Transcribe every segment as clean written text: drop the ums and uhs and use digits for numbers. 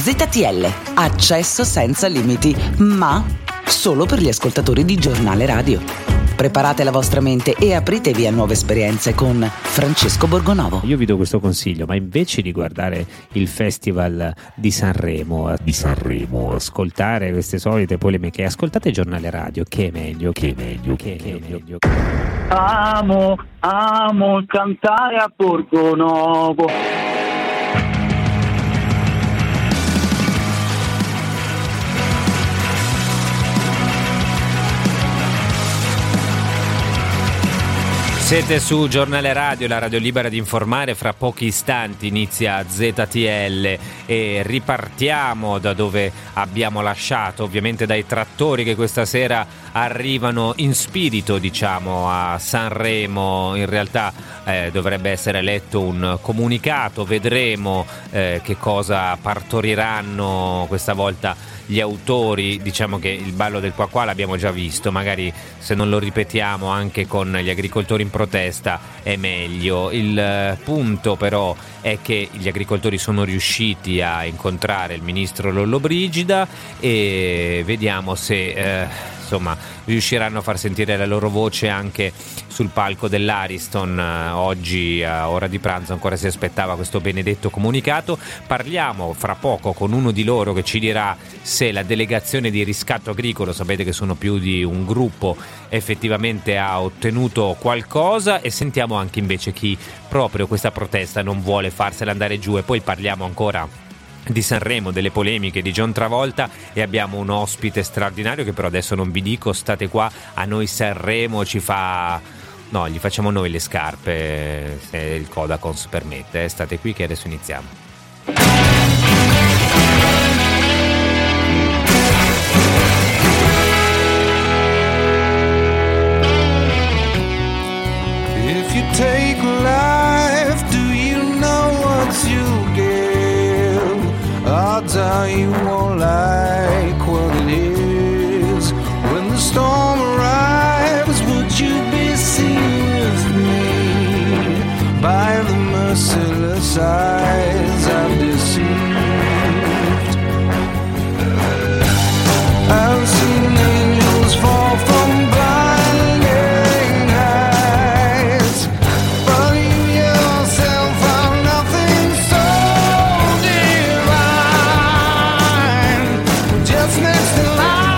ZTL. Accesso senza limiti, ma solo per gli ascoltatori di Giornale Radio. Preparate la vostra mente e apritevi a nuove esperienze con Francesco Borgonovo. Io vi do questo consiglio, ma invece di guardare il Festival di Sanremo, ascoltare queste solite polemiche, ascoltate Giornale Radio, che è meglio. Amo cantare a Borgonovo. Siete su Giornale Radio, la radio libera di informare. Fra pochi istanti inizia ZTL e ripartiamo da dove abbiamo lasciato, ovviamente dai trattori che questa sera arrivano in spirito, diciamo, a Sanremo. In realtà dovrebbe essere letto un comunicato, vedremo che cosa partoriranno questa volta gli autori. Diciamo che il ballo del qua qua l'abbiamo già visto, magari se non lo ripetiamo anche con gli agricoltori in protesta è meglio. Il punto però è che gli agricoltori sono riusciti a incontrare il ministro Lollobrigida e vediamo se riusciranno a far sentire la loro voce anche sul palco dell'Ariston. Oggi a ora di pranzo ancora si aspettava questo benedetto comunicato. Parliamo fra poco con uno di loro che ci dirà se la delegazione di riscatto agricolo, sapete che sono più di un gruppo, effettivamente ha ottenuto qualcosa, e sentiamo anche invece chi proprio questa protesta non vuole farsela andare giù. E poi parliamo ancora di Sanremo, delle polemiche di John Travolta, e abbiamo un ospite straordinario che però adesso non vi dico. State qua, a noi Sanremo gli facciamo noi le scarpe, se il Codacons permette. State qui che adesso iniziamo. If you take life, do you know what you give? Odds are you won't like what it is. When the storm arrives, would you be seen with me by the merciless eyes I've deceived? I've seen angels fall from blinding eyes, but you yourself are nothing so divine. Just next in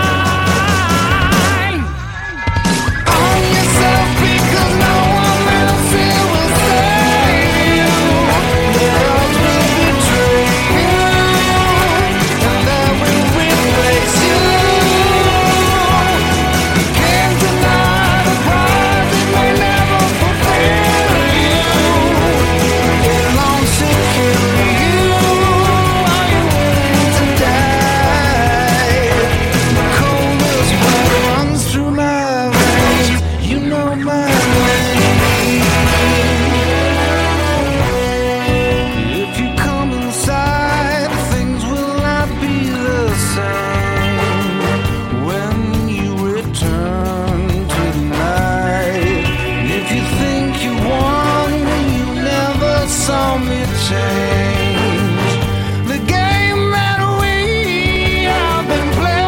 line, own yourself because no one else here will save you. The odds will betray you, and that will replace you. You can't deny the prize, it may never fulfill you. It won't secure you. Are you willing to die? The coldest blood runs through my veins. You know my name. If you come inside, things will not be the same when you return to the night. If you think you won, you never saw me change the game that we have been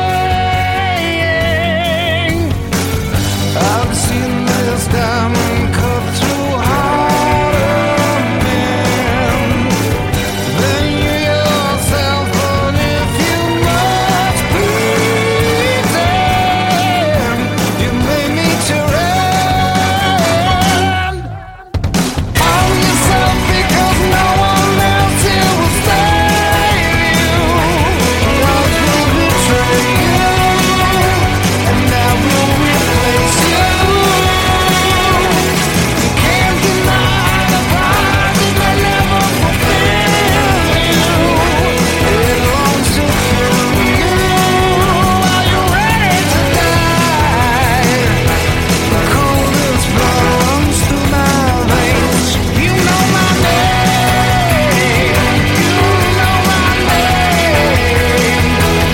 playing. I've seen this diamond cut through harder men than you yourself. But if you must please them, you may meet your end. Own yourself because no one else here will save you. The odds will betray you, and that will replace you. You can't deny the prize, it may never fulfill you. It won't secure you. Are you ready to die? The coldest blood runs through my veins. You know my name. You know my name.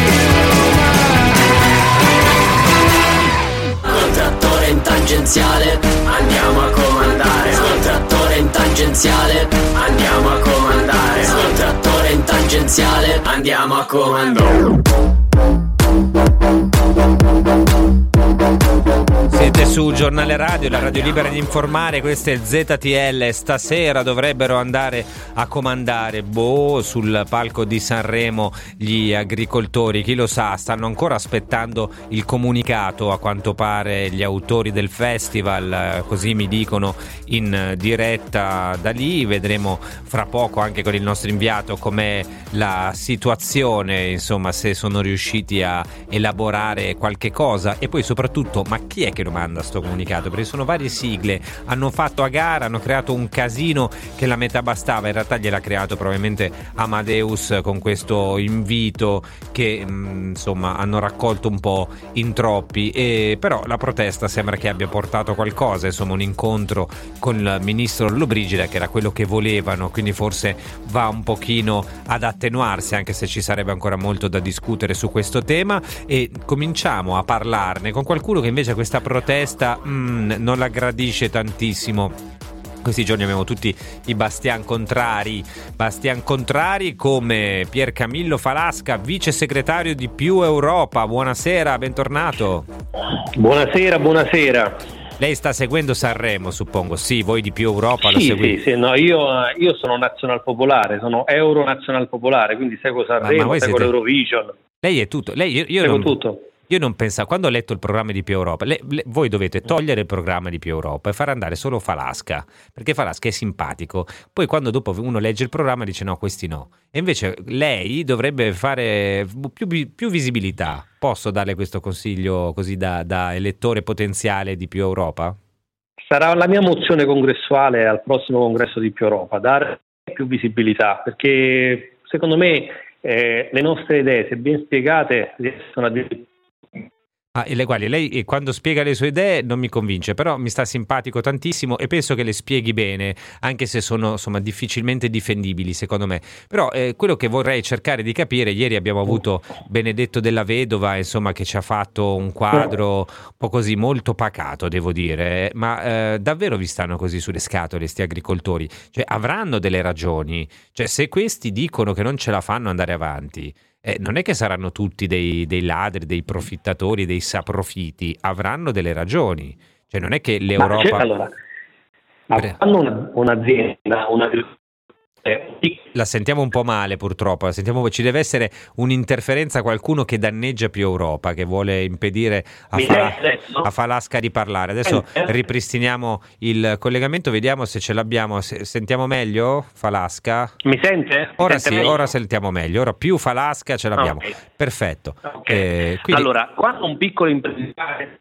Col trattore in tangenziale andiamo a comandare. Col trattore in tangenziale andiamo a comandare. Col trattore in tangenziale tangenziale, andiamo a comando. Siete su Giornale Radio, la radio libera di informare, questo è il ZTL. Stasera dovrebbero andare a comandare sul palco di Sanremo gli agricoltori, chi lo sa, stanno ancora aspettando il comunicato, a quanto pare gli autori del festival, così mi dicono in diretta da lì. Vedremo fra poco anche con il nostro inviato com'è la situazione, insomma, se sono riusciti a elaborare qualche cosa e poi soprattutto ma chi è che lo manda sto comunicato, perché sono varie sigle, hanno fatto a gara, hanno creato un casino che la metà bastava, in realtà gliel'ha creato probabilmente Amadeus con questo invito che insomma hanno raccolto un po' in troppi, e però la protesta sembra che abbia portato qualcosa, insomma un incontro con il ministro Lollobrigida che era quello che volevano, quindi forse va un pochino ad attenuarsi, anche se ci sarebbe ancora molto da discutere su questo tema, e cominciamo a parlarne con qualcuno che invece questa protesta non la gradisce tantissimo. Questi giorni abbiamo tutti i Bastian contrari come Pier Camillo Falasca, vice segretario di Più Europa. Buonasera, bentornato. Buonasera. Lei sta seguendo Sanremo, suppongo? Sì, voi di Più Europa lo seguite? Sì, no, io sono nazional popolare, sono euro nazional popolare, quindi seguo Sanremo, seguo l'Eurovision. Lei è tutto, tutto. Io non pensavo, quando ho letto il programma di Più Europa, voi dovete togliere il programma di Più Europa e far andare solo Falasca, perché Falasca è simpatico. Poi quando dopo uno legge il programma dice no, questi no. E invece lei dovrebbe fare più visibilità. Posso darle questo consiglio così da elettore potenziale di Più Europa? Sarà la mia mozione congressuale al prossimo congresso di Più Europa, dare più visibilità, perché secondo me le nostre idee, se ben spiegate, riescono a Guardi, lei quando spiega le sue idee non mi convince, però mi sta simpatico tantissimo e penso che le spieghi bene, anche se sono insomma difficilmente difendibili secondo me. Però quello che vorrei cercare di capire, ieri abbiamo avuto Benedetto Della Vedova, insomma, che ci ha fatto un quadro un po' così molto pacato, devo dire, ma davvero vi stanno così sulle scatole sti agricoltori? Cioè avranno delle ragioni? Cioè se questi dicono che non ce la fanno andare avanti, non è che saranno tutti dei ladri, dei profittatori, dei saprofiti, avranno delle ragioni. Cioè non è che l'Europa... hanno un'azienda, La sentiamo un po' male purtroppo, ci deve essere un'interferenza, qualcuno che danneggia Più Europa, che vuole impedire a Falasca di parlare. Adesso ripristiniamo il collegamento, vediamo se ce l'abbiamo. Sentiamo meglio Falasca? Mi sente? Ora sì, meglio? Ora sentiamo meglio, ora più Falasca ce l'abbiamo. Okay. Perfetto. Okay. Quindi... Allora, quando un piccolo imprenditore...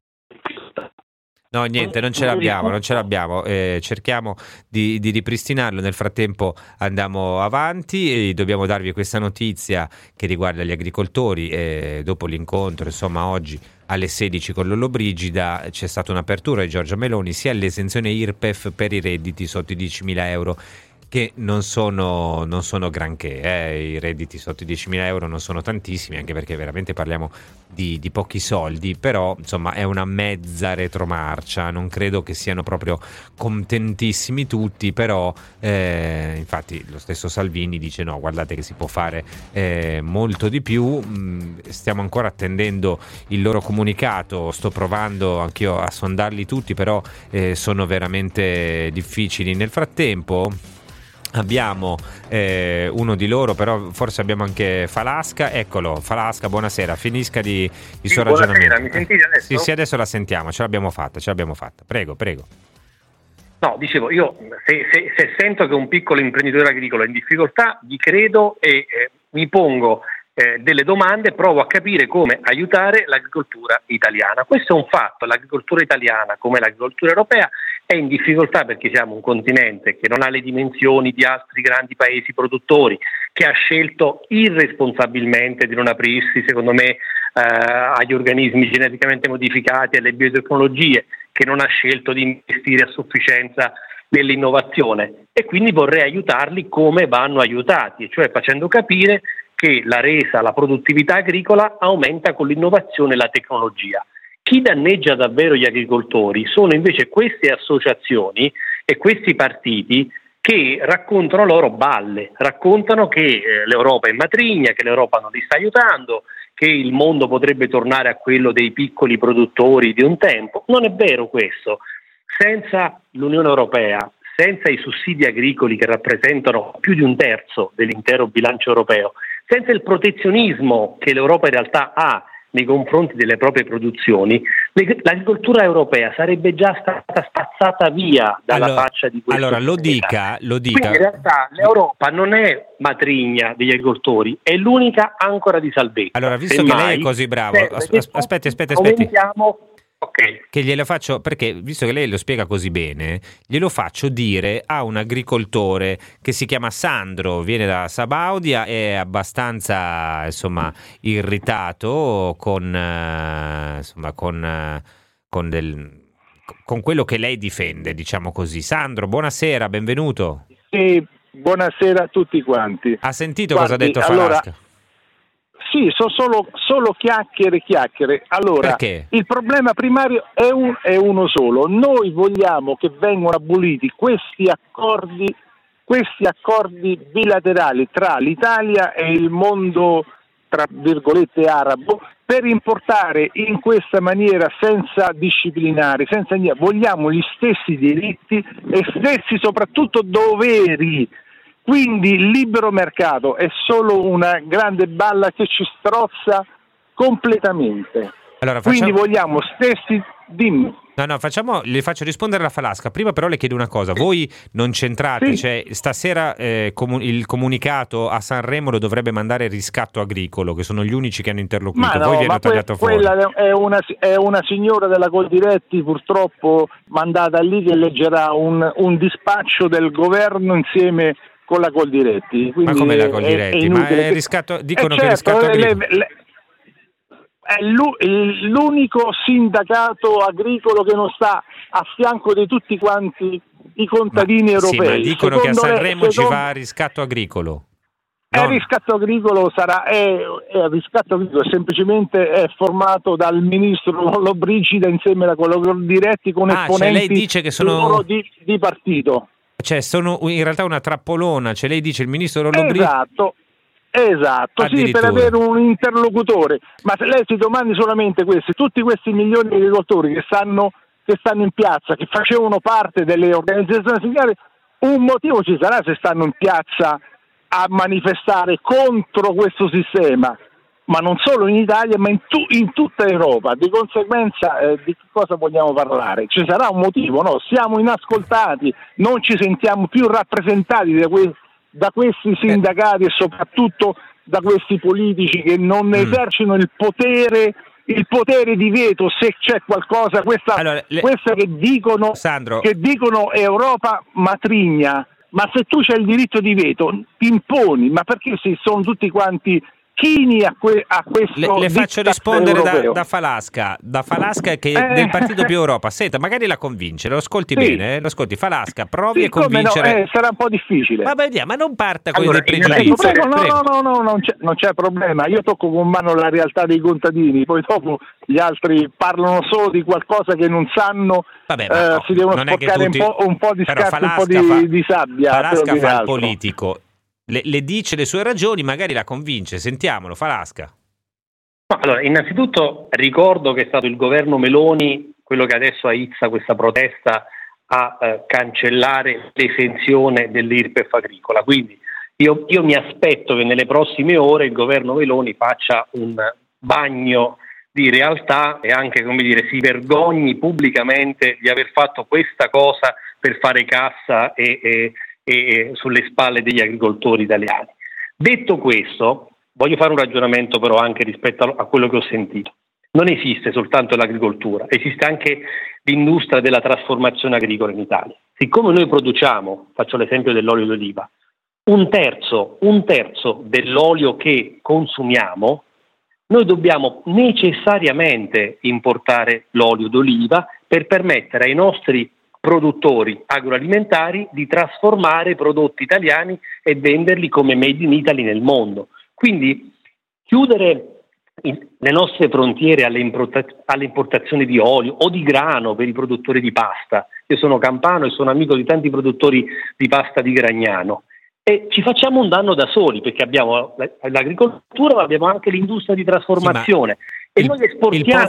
No, niente, non ce l'abbiamo. Cerchiamo di ripristinarlo. Nel frattempo andiamo avanti e dobbiamo darvi questa notizia che riguarda gli agricoltori. Dopo l'incontro, insomma, oggi alle 16 con Lollobrigida c'è stata un'apertura di Giorgia Meloni sia all'esenzione IRPEF per i redditi sotto i 10.000 euro, che non sono granché, i redditi sotto i 10.000 euro non sono tantissimi, anche perché veramente parliamo di pochi soldi, però insomma è una mezza retromarcia, non credo che siano proprio contentissimi tutti, però infatti lo stesso Salvini dice no, guardate che si può fare molto di più, stiamo ancora attendendo il loro comunicato, sto provando anch'io a sondarli tutti, però sono veramente difficili. Nel frattempo abbiamo uno di loro, però forse abbiamo anche Falasca. Eccolo, Falasca, buonasera, finisca il suo ragionamento. Mi sentite adesso? Sì, adesso la sentiamo, ce l'abbiamo fatta. Prego. No, dicevo, io se sento che un piccolo imprenditore agricolo è in difficoltà, gli credo e mi pongo delle domande, provo a capire come aiutare l'agricoltura italiana. Questo è un fatto, l'agricoltura italiana, come l'agricoltura europea, è in difficoltà perché siamo un continente che non ha le dimensioni di altri grandi paesi produttori, che ha scelto irresponsabilmente di non aprirsi, secondo me, agli organismi geneticamente modificati, alle biotecnologie, che non ha scelto di investire a sufficienza nell'innovazione, e quindi vorrei aiutarli come vanno aiutati, cioè facendo capire che la resa, la produttività agricola aumenta con l'innovazione e la tecnologia. Chi danneggia davvero gli agricoltori sono invece queste associazioni e questi partiti che raccontano loro balle, raccontano che l'Europa è matrigna, che l'Europa non li sta aiutando, che il mondo potrebbe tornare a quello dei piccoli produttori di un tempo. Non è vero questo. Senza l'Unione Europea, senza i sussidi agricoli che rappresentano più di un terzo dell'intero bilancio europeo, senza il protezionismo che l'Europa in realtà ha nei confronti delle proprie produzioni, l'agricoltura europea sarebbe già stata spazzata via dalla faccia di questo. Allora lo dica. Quindi in realtà l'Europa non è matrigna degli agricoltori, è l'unica ancora di salvezza. Allora, visto che lei è così bravo, aspetti. Okay. Che glielo faccio, perché visto che lei lo spiega così bene, glielo faccio dire a un agricoltore che si chiama Sandro, viene da Sabaudia, è abbastanza irritato con quello che lei difende, diciamo così. Sandro, buonasera, benvenuto. Sì, buonasera a tutti quanti. Ha sentito cosa ha detto Falasca? Allora, sì, sono solo chiacchiere. Allora, perché? Il problema primario è uno solo. Noi vogliamo che vengano aboliti questi accordi bilaterali tra l'Italia e il mondo, tra virgolette, arabo, per importare in questa maniera senza disciplinare, senza niente. Vogliamo gli stessi diritti e stessi soprattutto doveri. Quindi il libero mercato è solo una grande balla che ci strozza completamente. Allora, quindi vogliamo stessi. Dimmi. No, le faccio rispondere la Falasca. Prima però le chiedo una cosa. Voi non c'entrate, sì. Cioè stasera il comunicato a Sanremo lo dovrebbe mandare Riscatto Agricolo, che sono gli unici che hanno interloquito. Voi vi hanno tagliato fuori. Quella è una signora della Coldiretti, purtroppo mandata lì, che leggerà un dispaccio del governo insieme con la Coldiretti. Ma come la Coldiretti? Ma è riscatto, dicono che certo, Riscatto Agricolo è l'unico sindacato agricolo che non sta a fianco di tutti quanti i contadini europei. Sì, ma dicono che a Sanremo ci va Riscatto Agricolo. Il riscatto agricolo semplicemente è formato dal ministro Lollobrigida insieme alla Coldiretti con esponenti, cioè lei dice che sono di partito. Cioè sono in realtà una trappolona, cioè lei dice il ministro Lollobrigida. Esatto, sì, per avere un interlocutore. Ma se lei si domandi solamente tutti questi milioni di agricoltori che stanno in piazza, che facevano parte delle organizzazioni sindacali, un motivo ci sarà se stanno in piazza a manifestare contro questo sistema, ma non solo in Italia, ma in tutta Europa. Di conseguenza, di che cosa vogliamo parlare? Ci sarà un motivo, no? Siamo inascoltati, non ci sentiamo più rappresentati da questi sindacati e soprattutto da questi politici che non esercitano il potere di veto se c'è qualcosa. Questa che dicono, Sandro, che dicono Europa matrigna. Ma se tu c'hai il diritto di veto, ti imponi, ma perché si sono tutti quanti chini a questo le faccio rispondere da Falasca che è del partito più Europa. Senta, magari la convince, lo ascolti bene, lo ascolti. Falasca, provi a convincere. No, sarà un po' difficile. Ma vediamo, ma non parta con dei pregiudizi. pregiudizi. No, non c'è problema. Io tocco con mano la realtà dei contadini, poi dopo gli altri parlano solo di qualcosa che non sanno. Vabbè, si devono sporcare un po' di scarpe, un po' di sabbia. Falasca fa il politico. Le dice le sue ragioni, magari la convince. Sentiamolo, Falasca. Allora, innanzitutto ricordo che è stato il governo Meloni quello che adesso aizza questa protesta a cancellare l'esenzione dell'IRPEF agricola. Quindi io mi aspetto che nelle prossime ore il governo Meloni faccia un bagno di realtà e anche, si vergogni pubblicamente di aver fatto questa cosa per fare cassa e sulle spalle degli agricoltori italiani. Detto questo, voglio fare un ragionamento però anche rispetto a quello che ho sentito. Non esiste soltanto l'agricoltura, esiste anche l'industria della trasformazione agricola in Italia. Siccome noi produciamo, faccio l'esempio dell'olio d'oliva, un terzo dell'olio che consumiamo, noi dobbiamo necessariamente importare l'olio d'oliva per permettere ai nostri produttori agroalimentari di trasformare prodotti italiani e venderli come made in Italy nel mondo. Quindi chiudere le nostre frontiere alle importazioni di olio o di grano per i produttori di pasta. Io sono campano e sono amico di tanti produttori di pasta di Gragnano e ci facciamo un danno da soli, perché abbiamo l'agricoltura ma abbiamo anche l'industria di trasformazione. E noi esportiamo,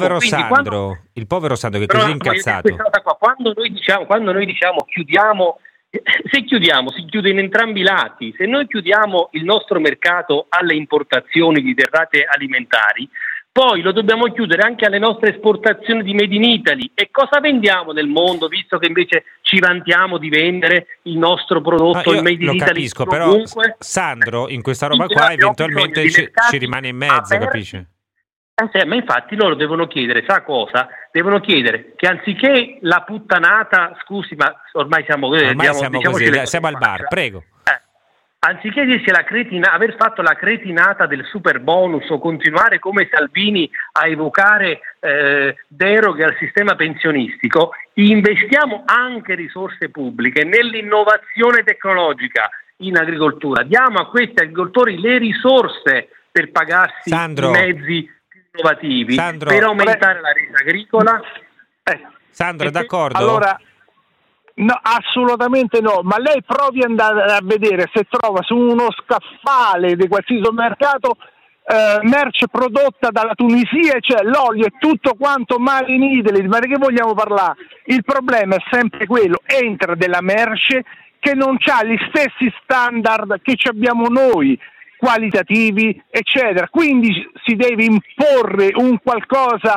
il povero Sandro che è così incazzato. Quando noi diciamo chiudiamo, se si chiude in entrambi i lati. Se noi chiudiamo il nostro mercato alle importazioni di derrate alimentari, poi lo dobbiamo chiudere anche alle nostre esportazioni di Made in Italy. E cosa vendiamo nel mondo, visto che invece ci vantiamo di vendere il nostro prodotto, il Made in Italy? Capisco, però Sandro in questa roba qua eventualmente ci rimane in mezzo, capisci? Ma infatti loro devono chiedere, sa cosa? Devono chiedere che anziché la puttanata, scusi, ma ormai siamo così, siamo al bar, prego. Anziché dirsi aver fatto la cretinata del super bonus o continuare come Salvini a evocare deroghe al sistema pensionistico, investiamo anche risorse pubbliche nell'innovazione tecnologica in agricoltura. Diamo a questi agricoltori le risorse per pagarsi i mezzi innovativi, per aumentare la resa agricola. Sandro, d'accordo? Allora, no, assolutamente no, ma lei provi ad andare a vedere se trova su uno scaffale di qualsiasi mercato merce prodotta dalla Tunisia, cioè l'olio e tutto quanto made in Italy. Ma di che vogliamo parlare? Il problema è sempre quello, entra della merce che non ha gli stessi standard che abbiamo noi, qualitativi, eccetera. Quindi si deve imporre un qualcosa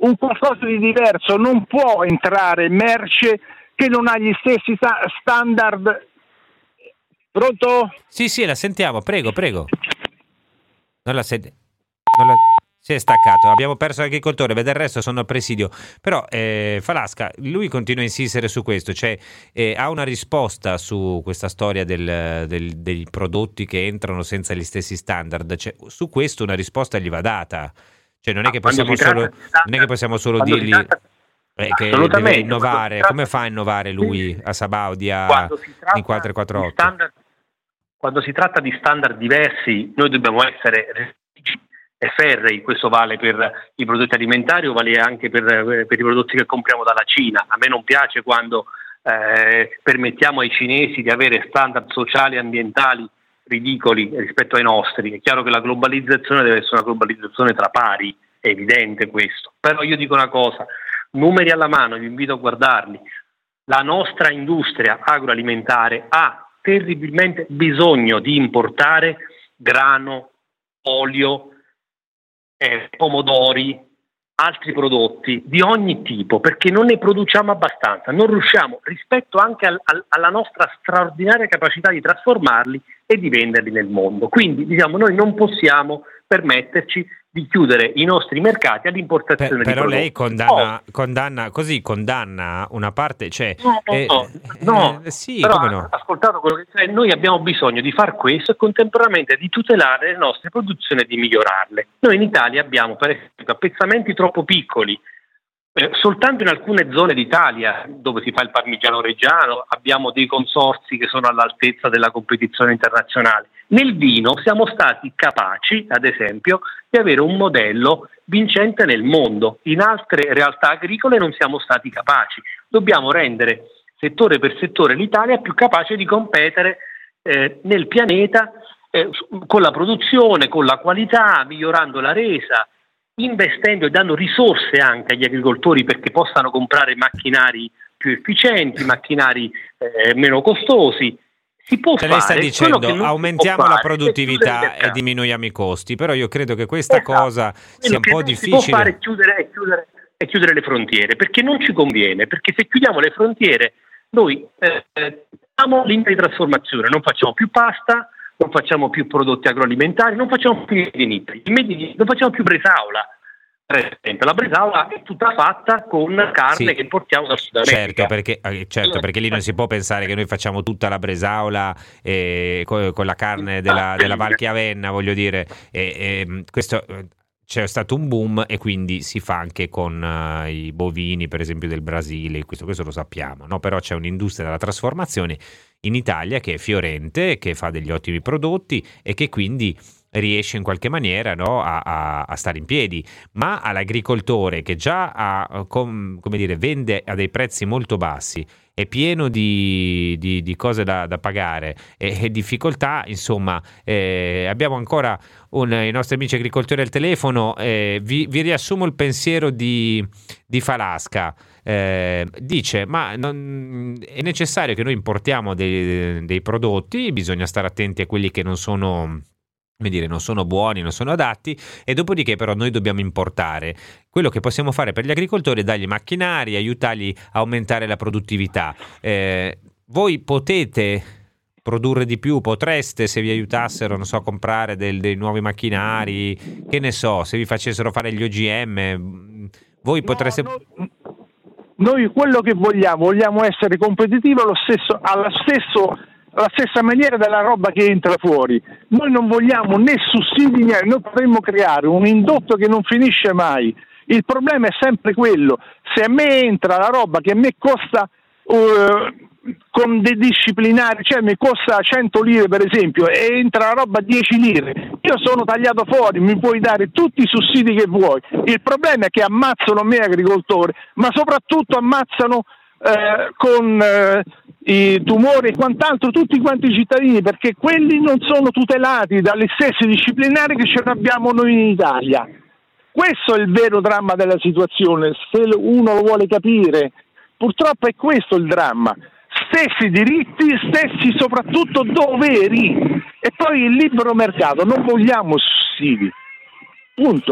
di diverso. Non può entrare merce che non ha gli stessi standard. Pronto? Sì, la sentiamo, prego. Non la sente. Si è staccato, abbiamo perso l'agricoltore, del resto sono al presidio. Però Falasca, lui continua a insistere su questo, cioè ha una risposta su questa storia dei prodotti che entrano senza gli stessi standard, cioè, su questo una risposta gli va data, cioè non è che possiamo solo dirgli che deve innovare. Come fa a innovare lui a Sabaudi in 448? Quando si tratta di standard diversi noi dobbiamo essere e ferrei. Questo vale per i prodotti alimentari o vale anche per i prodotti che compriamo dalla Cina. A me non piace quando permettiamo ai cinesi di avere standard sociali e ambientali ridicoli rispetto ai nostri. È chiaro che la globalizzazione deve essere una globalizzazione tra pari, è evidente questo. Però io dico una cosa, numeri alla mano, vi invito a guardarli. La nostra industria agroalimentare ha terribilmente bisogno di importare grano, olio, pomodori, altri prodotti di ogni tipo, perché non ne produciamo abbastanza, non riusciamo rispetto anche alla nostra straordinaria capacità di trasformarli e di venderli nel mondo. Quindi diciamo noi non possiamo permetterci di chiudere i nostri mercati all'importazione di prodotti. Però lei condanna una parte, cioè sì, però come no? Ascoltato quello che c'è, noi abbiamo bisogno di far questo e contemporaneamente di tutelare le nostre produzioni e di migliorarle. Noi in Italia abbiamo per esempio appezzamenti troppo piccoli. Soltanto in alcune zone d'Italia dove si fa il parmigiano reggiano abbiamo dei consorzi che sono all'altezza della competizione internazionale. Nel vino siamo stati capaci, ad esempio, di avere un modello vincente nel mondo. In altre realtà agricole non siamo stati capaci. Dobbiamo rendere settore per settore l'Italia più capace di competere nel pianeta con la produzione, con la qualità, migliorando la resa, investendo e dando risorse anche agli agricoltori perché possano comprare macchinari più efficienti, macchinari meno costosi. Si può fare. Lei sta dicendo aumentiamo la produttività e diminuiamo i costi, però io credo che questa cosa sia un po' difficile. Si può fare chiudere le frontiere, perché non ci conviene, perché se chiudiamo le frontiere noi abbiamo l'industria di trasformazione, non facciamo più pasta, non facciamo più prodotti agroalimentari, non facciamo più non facciamo più bresaola. Per esempio, la bresaola è tutta fatta con carne che importiamo da Sud America. Perché lì non si può pensare che noi facciamo tutta la bresaola con la carne della Val Chiavenna, voglio dire. Questo c'è stato un boom e quindi si fa anche con i bovini, per esempio del Brasile, questo lo sappiamo, no? Però c'è un'industria della trasformazione in Italia che è fiorente, che fa degli ottimi prodotti e che quindi riesce in qualche maniera, no, a stare in piedi, ma all'agricoltore che già vende a dei prezzi molto bassi, è pieno di cose da pagare e difficoltà, insomma, abbiamo ancora i nostri amici agricoltori al telefono. Vi riassumo il pensiero di Falasca. Dice: ma è necessario che noi importiamo dei prodotti, bisogna stare attenti a quelli che non sono buoni, non sono adatti, e dopodiché però noi dobbiamo importare. Quello che possiamo fare per gli agricoltori è dargli macchinari, aiutarli a aumentare la produttività. Voi potete produrre di più, potreste, se vi aiutassero, non so, a comprare dei nuovi macchinari, che ne so, se vi facessero fare gli OGM, voi potreste... Noi quello che vogliamo essere competitivi alla stessa maniera della roba che entra fuori. Noi non vogliamo né sussidi, noi potremmo creare un indotto che non finisce mai. Il problema è sempre quello: se a me entra la roba che a me costa con dei disciplinari, cioè mi costa 100 lire per esempio, e entra la roba a 10 lire, io sono tagliato fuori, mi puoi dare tutti i sussidi che vuoi. Il problema è che ammazzano me agricoltore, ma soprattutto ammazzano con i tumori e quant'altro tutti quanti i cittadini, perché quelli non sono tutelati dagli stessi disciplinari che ce l'abbiamo noi in Italia. Questo è il vero dramma della situazione, se uno lo vuole capire. Purtroppo è questo il dramma: stessi diritti, stessi soprattutto doveri, e poi il libero mercato, non vogliamo sussidi, punto.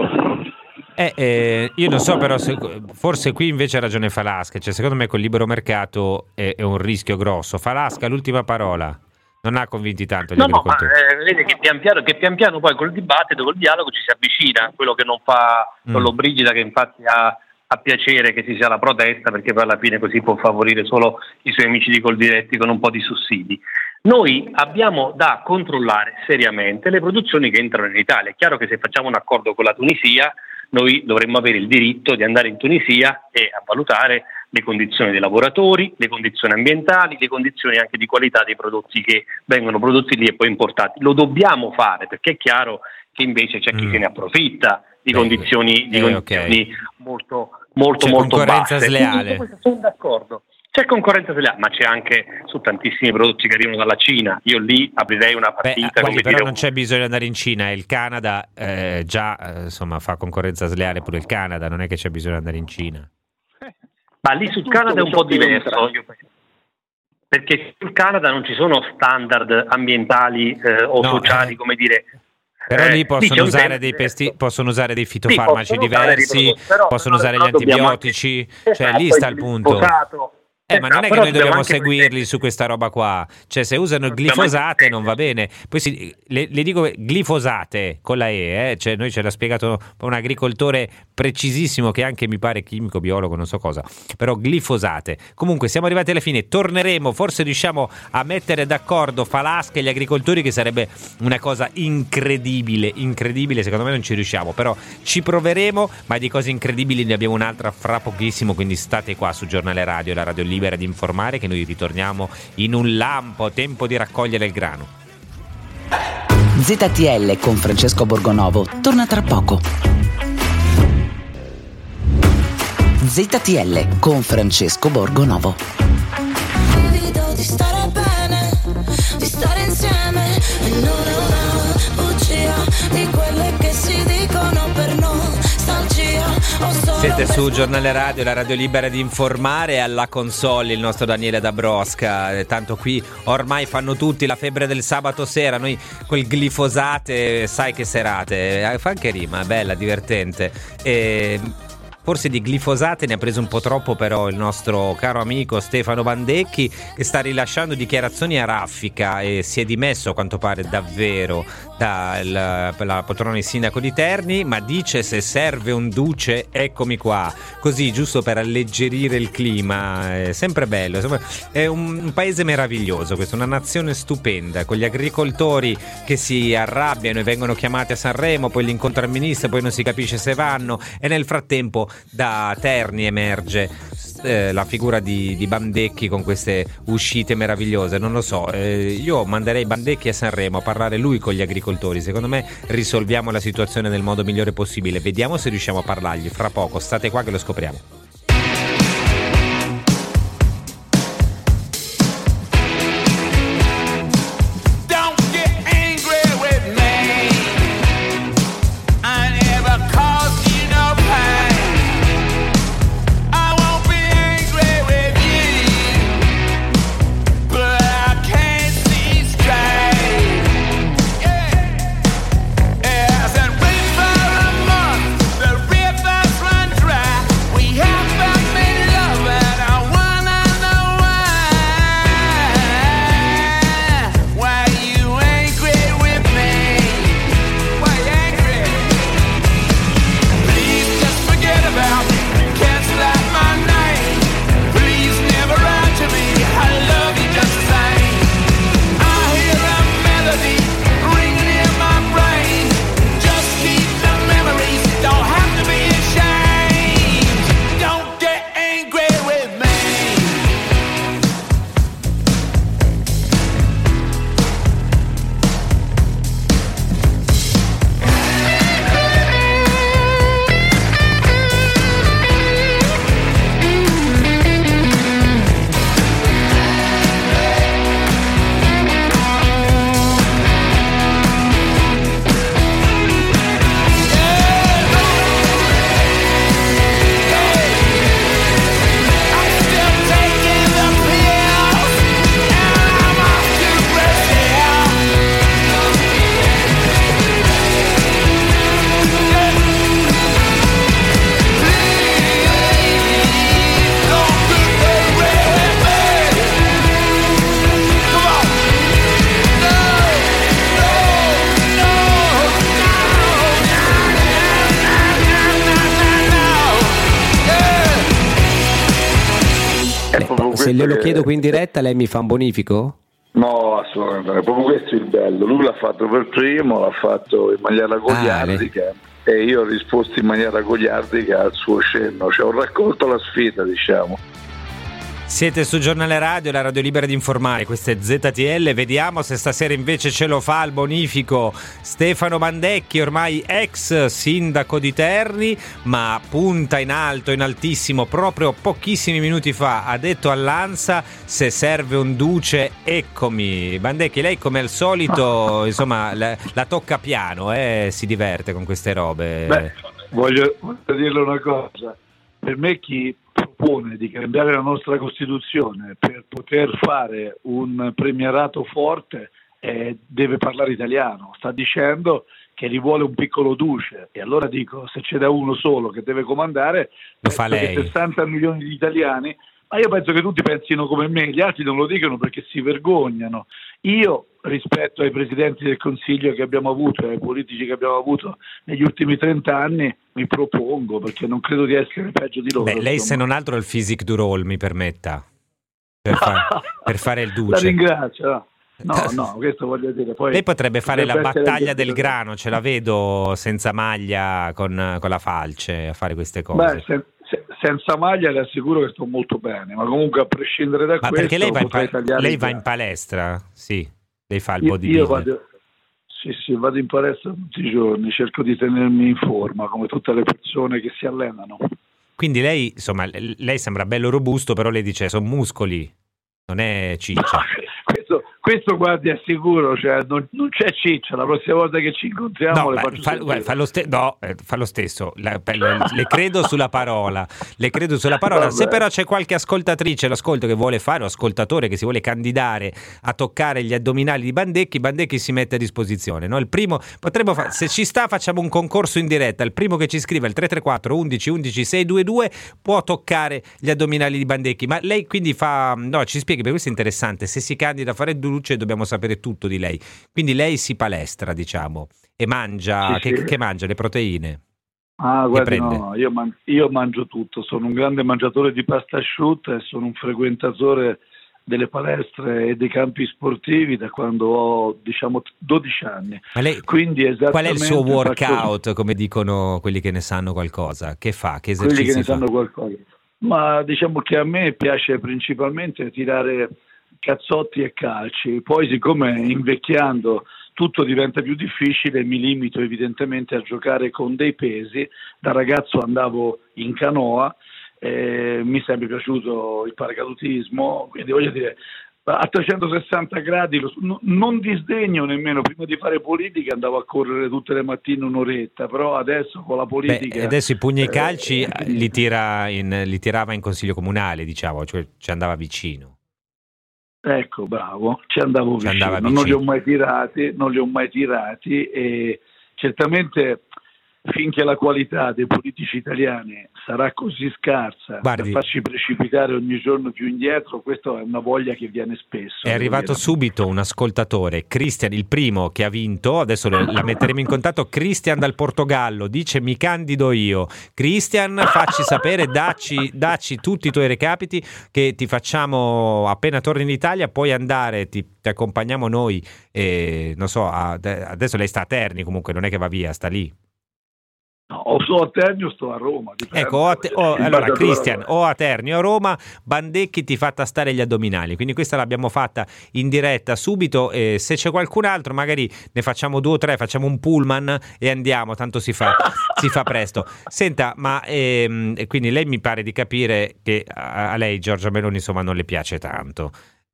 Io non so, però forse qui invece ha ragione Falasca, cioè secondo me col libero mercato è un rischio grosso. Falasca, l'ultima parola. Non ha convinti tanto gli agricoltori. Vedete che pian piano poi col dibattito, col dialogo ci si avvicina, quello che non fa Lollobrigida, che infatti ha piacere che ci sia la protesta, perché poi alla fine così può favorire solo i suoi amici di Coldiretti con un po' di sussidi. Noi abbiamo da controllare seriamente le produzioni che entrano in Italia. È chiaro che se facciamo un accordo con la Tunisia, noi dovremmo avere il diritto di andare in Tunisia e a valutare le condizioni dei lavoratori, le condizioni ambientali, le condizioni anche di qualità dei prodotti che vengono prodotti lì e poi importati. Lo dobbiamo fare, perché è chiaro che invece c'è chi se ne approfitta di condizioni molto concorrenza basse. sleale. Sono d'accordo. C'è concorrenza sleale, ma c'è anche su tantissimi prodotti che arrivano dalla Cina. Io lì aprirei una partita. Però non c'è bisogno di andare in Cina, il Canada insomma fa concorrenza sleale pure il Canada, non è che c'è bisogno di andare in Cina. Ma lì sul Canada è un po' diverso, io penso, perché sul Canada non ci sono standard ambientali o sociali, come dire. Però lì possono usare possono usare dei fitofarmaci diversi, possono usare gli antibiotici, cioè lì sta il punto. Ma non è che noi dobbiamo seguirli su questa roba qua, cioè se usano il glifosate non va bene. Poi le dico glifosate con la cioè noi ce l'ha spiegato un agricoltore precisissimo che anche mi pare chimico, biologo, non so cosa, però glifosate. Comunque siamo arrivati alla fine, torneremo, forse riusciamo a mettere d'accordo Falasca e gli agricoltori, che sarebbe una cosa incredibile, secondo me non ci riusciamo, però ci proveremo, ma di cose incredibili ne abbiamo un'altra fra pochissimo, quindi state qua su Giornale Radio, la radio libera di informare, che noi ritorniamo in un lampo, tempo di raccogliere il grano. ZTL con Francesco Borgonovo torna tra poco. ZTL con Francesco Borgonovo. Evito di stare bene, di stare insieme, e non è una bugia di quelle che si dicono per nostalgia. Siete su Giornale Radio, la radio libera di informare, alla console il nostro Daniele Dabrosca. Tanto qui ormai fanno tutti la febbre del sabato sera, noi quel glifosate, sai che serate, fa anche rima, è bella, divertente. Forse di glifosate ne ha preso un po' troppo però il nostro caro amico Stefano Bandecchi, che sta rilasciando dichiarazioni a raffica e si è dimesso a quanto pare davvero dalla poltrona di sindaco di Terni, ma dice: se serve un duce eccomi qua, così giusto per alleggerire il clima. È sempre bello, è un paese meraviglioso questo, una nazione stupenda, con gli agricoltori che si arrabbiano e vengono chiamati a Sanremo, poi li incontra il ministro, poi non si capisce se vanno, e nel frattempo da Terni emerge la figura di Bandecchi con queste uscite meravigliose, non lo so, io manderei Bandecchi a Sanremo a parlare lui con gli agricoltori, secondo me risolviamo la situazione nel modo migliore possibile, vediamo se riusciamo a parlargli, fra poco, state qua che lo scopriamo. Se glielo chiedo qui in diretta, lei mi fa un bonifico? No, assolutamente, proprio questo è il bello. Lui l'ha fatto per primo, l'ha fatto in maniera goliardica e io ho risposto in maniera goliardica al suo cenno, cioè ho raccolto la sfida, diciamo. Siete su Giornale Radio, la radio libera di informare, questo è ZTL, vediamo se stasera invece ce lo fa il bonifico Stefano Bandecchi, ormai ex sindaco di Terni, ma punta in alto, in altissimo, proprio pochissimi minuti fa ha detto all'ANSA: se serve un duce eccomi. Bandecchi, lei come al solito insomma la tocca piano, si diverte con queste robe. Beh, voglio dirle una cosa, per me chi propone di cambiare la nostra Costituzione per poter fare un premierato forte deve parlare italiano, sta dicendo che gli vuole un piccolo duce, e allora dico, se c'è da uno solo che deve comandare, lo fa lei. 60 milioni di italiani, ma io penso che tutti pensino come me, gli altri non lo dicono perché si vergognano. Io, rispetto ai presidenti del Consiglio che abbiamo avuto e ai politici che abbiamo avuto negli ultimi 30 anni, mi propongo, perché non credo di essere peggio di loro. Beh, lei se non altro ha il physique du rôle, mi permetta, per fare il duce. La ringrazio. No, questo voglio dire. Poi lei potrebbe fare la battaglia del grano, ce la vedo senza maglia con la falce a fare queste cose. Beh, senza maglia le assicuro che sto molto bene, ma comunque a prescindere da questo... Perché lei va in palestra? Sì, lei fa il bodybuilding. Sì, vado in palestra tutti i giorni, cerco di tenermi in forma come tutte le persone che si allenano. Quindi lei, insomma, lei sembra bello robusto, però lei dice sono muscoli, non è ciccia. Questo guardi, assicuro, cioè non c'è ciccia, la prossima volta che ci incontriamo le faccio fa lo stesso, le credo sulla parola, se però c'è qualche ascoltatrice, l'ascolto che vuole fare, o ascoltatore che si vuole candidare a toccare gli addominali di Bandecchi si mette a disposizione, no? Il primo, potremmo se ci sta facciamo un concorso in diretta, il primo che ci scrive al 334 11 11 622 può toccare gli addominali di Bandecchi, ma lei quindi ci spieghi, perché questo è interessante, se si candida a fare il duce dobbiamo sapere tutto di lei, quindi lei si palestra, diciamo, e mangia, sì. Che mangia? Le proteine? Guardi, no, io mangio tutto, sono un grande mangiatore di pasta asciutta e sono un frequentatore delle palestre e dei campi sportivi da quando ho 12 anni. Ma lei, quindi qual è il suo workout, come dicono quelli che ne sanno qualcosa? Che fa? Che esercizi quelli che ne fa? sanno qualcosa? Ma diciamo che a me piace principalmente tirare cazzotti e calci, poi siccome invecchiando tutto diventa più difficile, mi limito evidentemente a giocare con dei pesi. Da ragazzo andavo in canoa, mi è sempre piaciuto il paracadutismo, quindi voglio dire, a 360 gradi non disdegno nemmeno. Prima di fare politica andavo a correre tutte le mattine un'oretta, però adesso con la politica... Beh, adesso i pugni e i calci li tirava in consiglio comunale, diciamo, cioè ci andava vicino. Ecco, bravo, ci andavo vicino. Non li ho mai tirati e certamente finché la qualità dei politici italiani sarà così scarsa da farci precipitare ogni giorno più indietro, questa è una voglia che viene spesso. È arrivato subito un ascoltatore, Christian, il primo che ha vinto, adesso la metteremo in contatto, Christian dal Portogallo, dice: mi candido io. Christian, facci sapere, dacci tutti i tuoi recapiti che ti facciamo appena torni in Italia, puoi andare, ti accompagniamo noi, non so, adesso lei sta a Terni, comunque non è che va via, sta lì. No, o sto a Terni o sto a Roma. Ecco, allora Christian, o a Terni o a Roma, Bandecchi ti fa tastare gli addominali, quindi questa l'abbiamo fatta in diretta subito, se c'è qualcun altro magari ne facciamo 2 o 3, facciamo un pullman e andiamo, tanto si fa presto. Senta, ma quindi lei mi pare di capire che a lei Giorgia Meloni insomma non le piace tanto.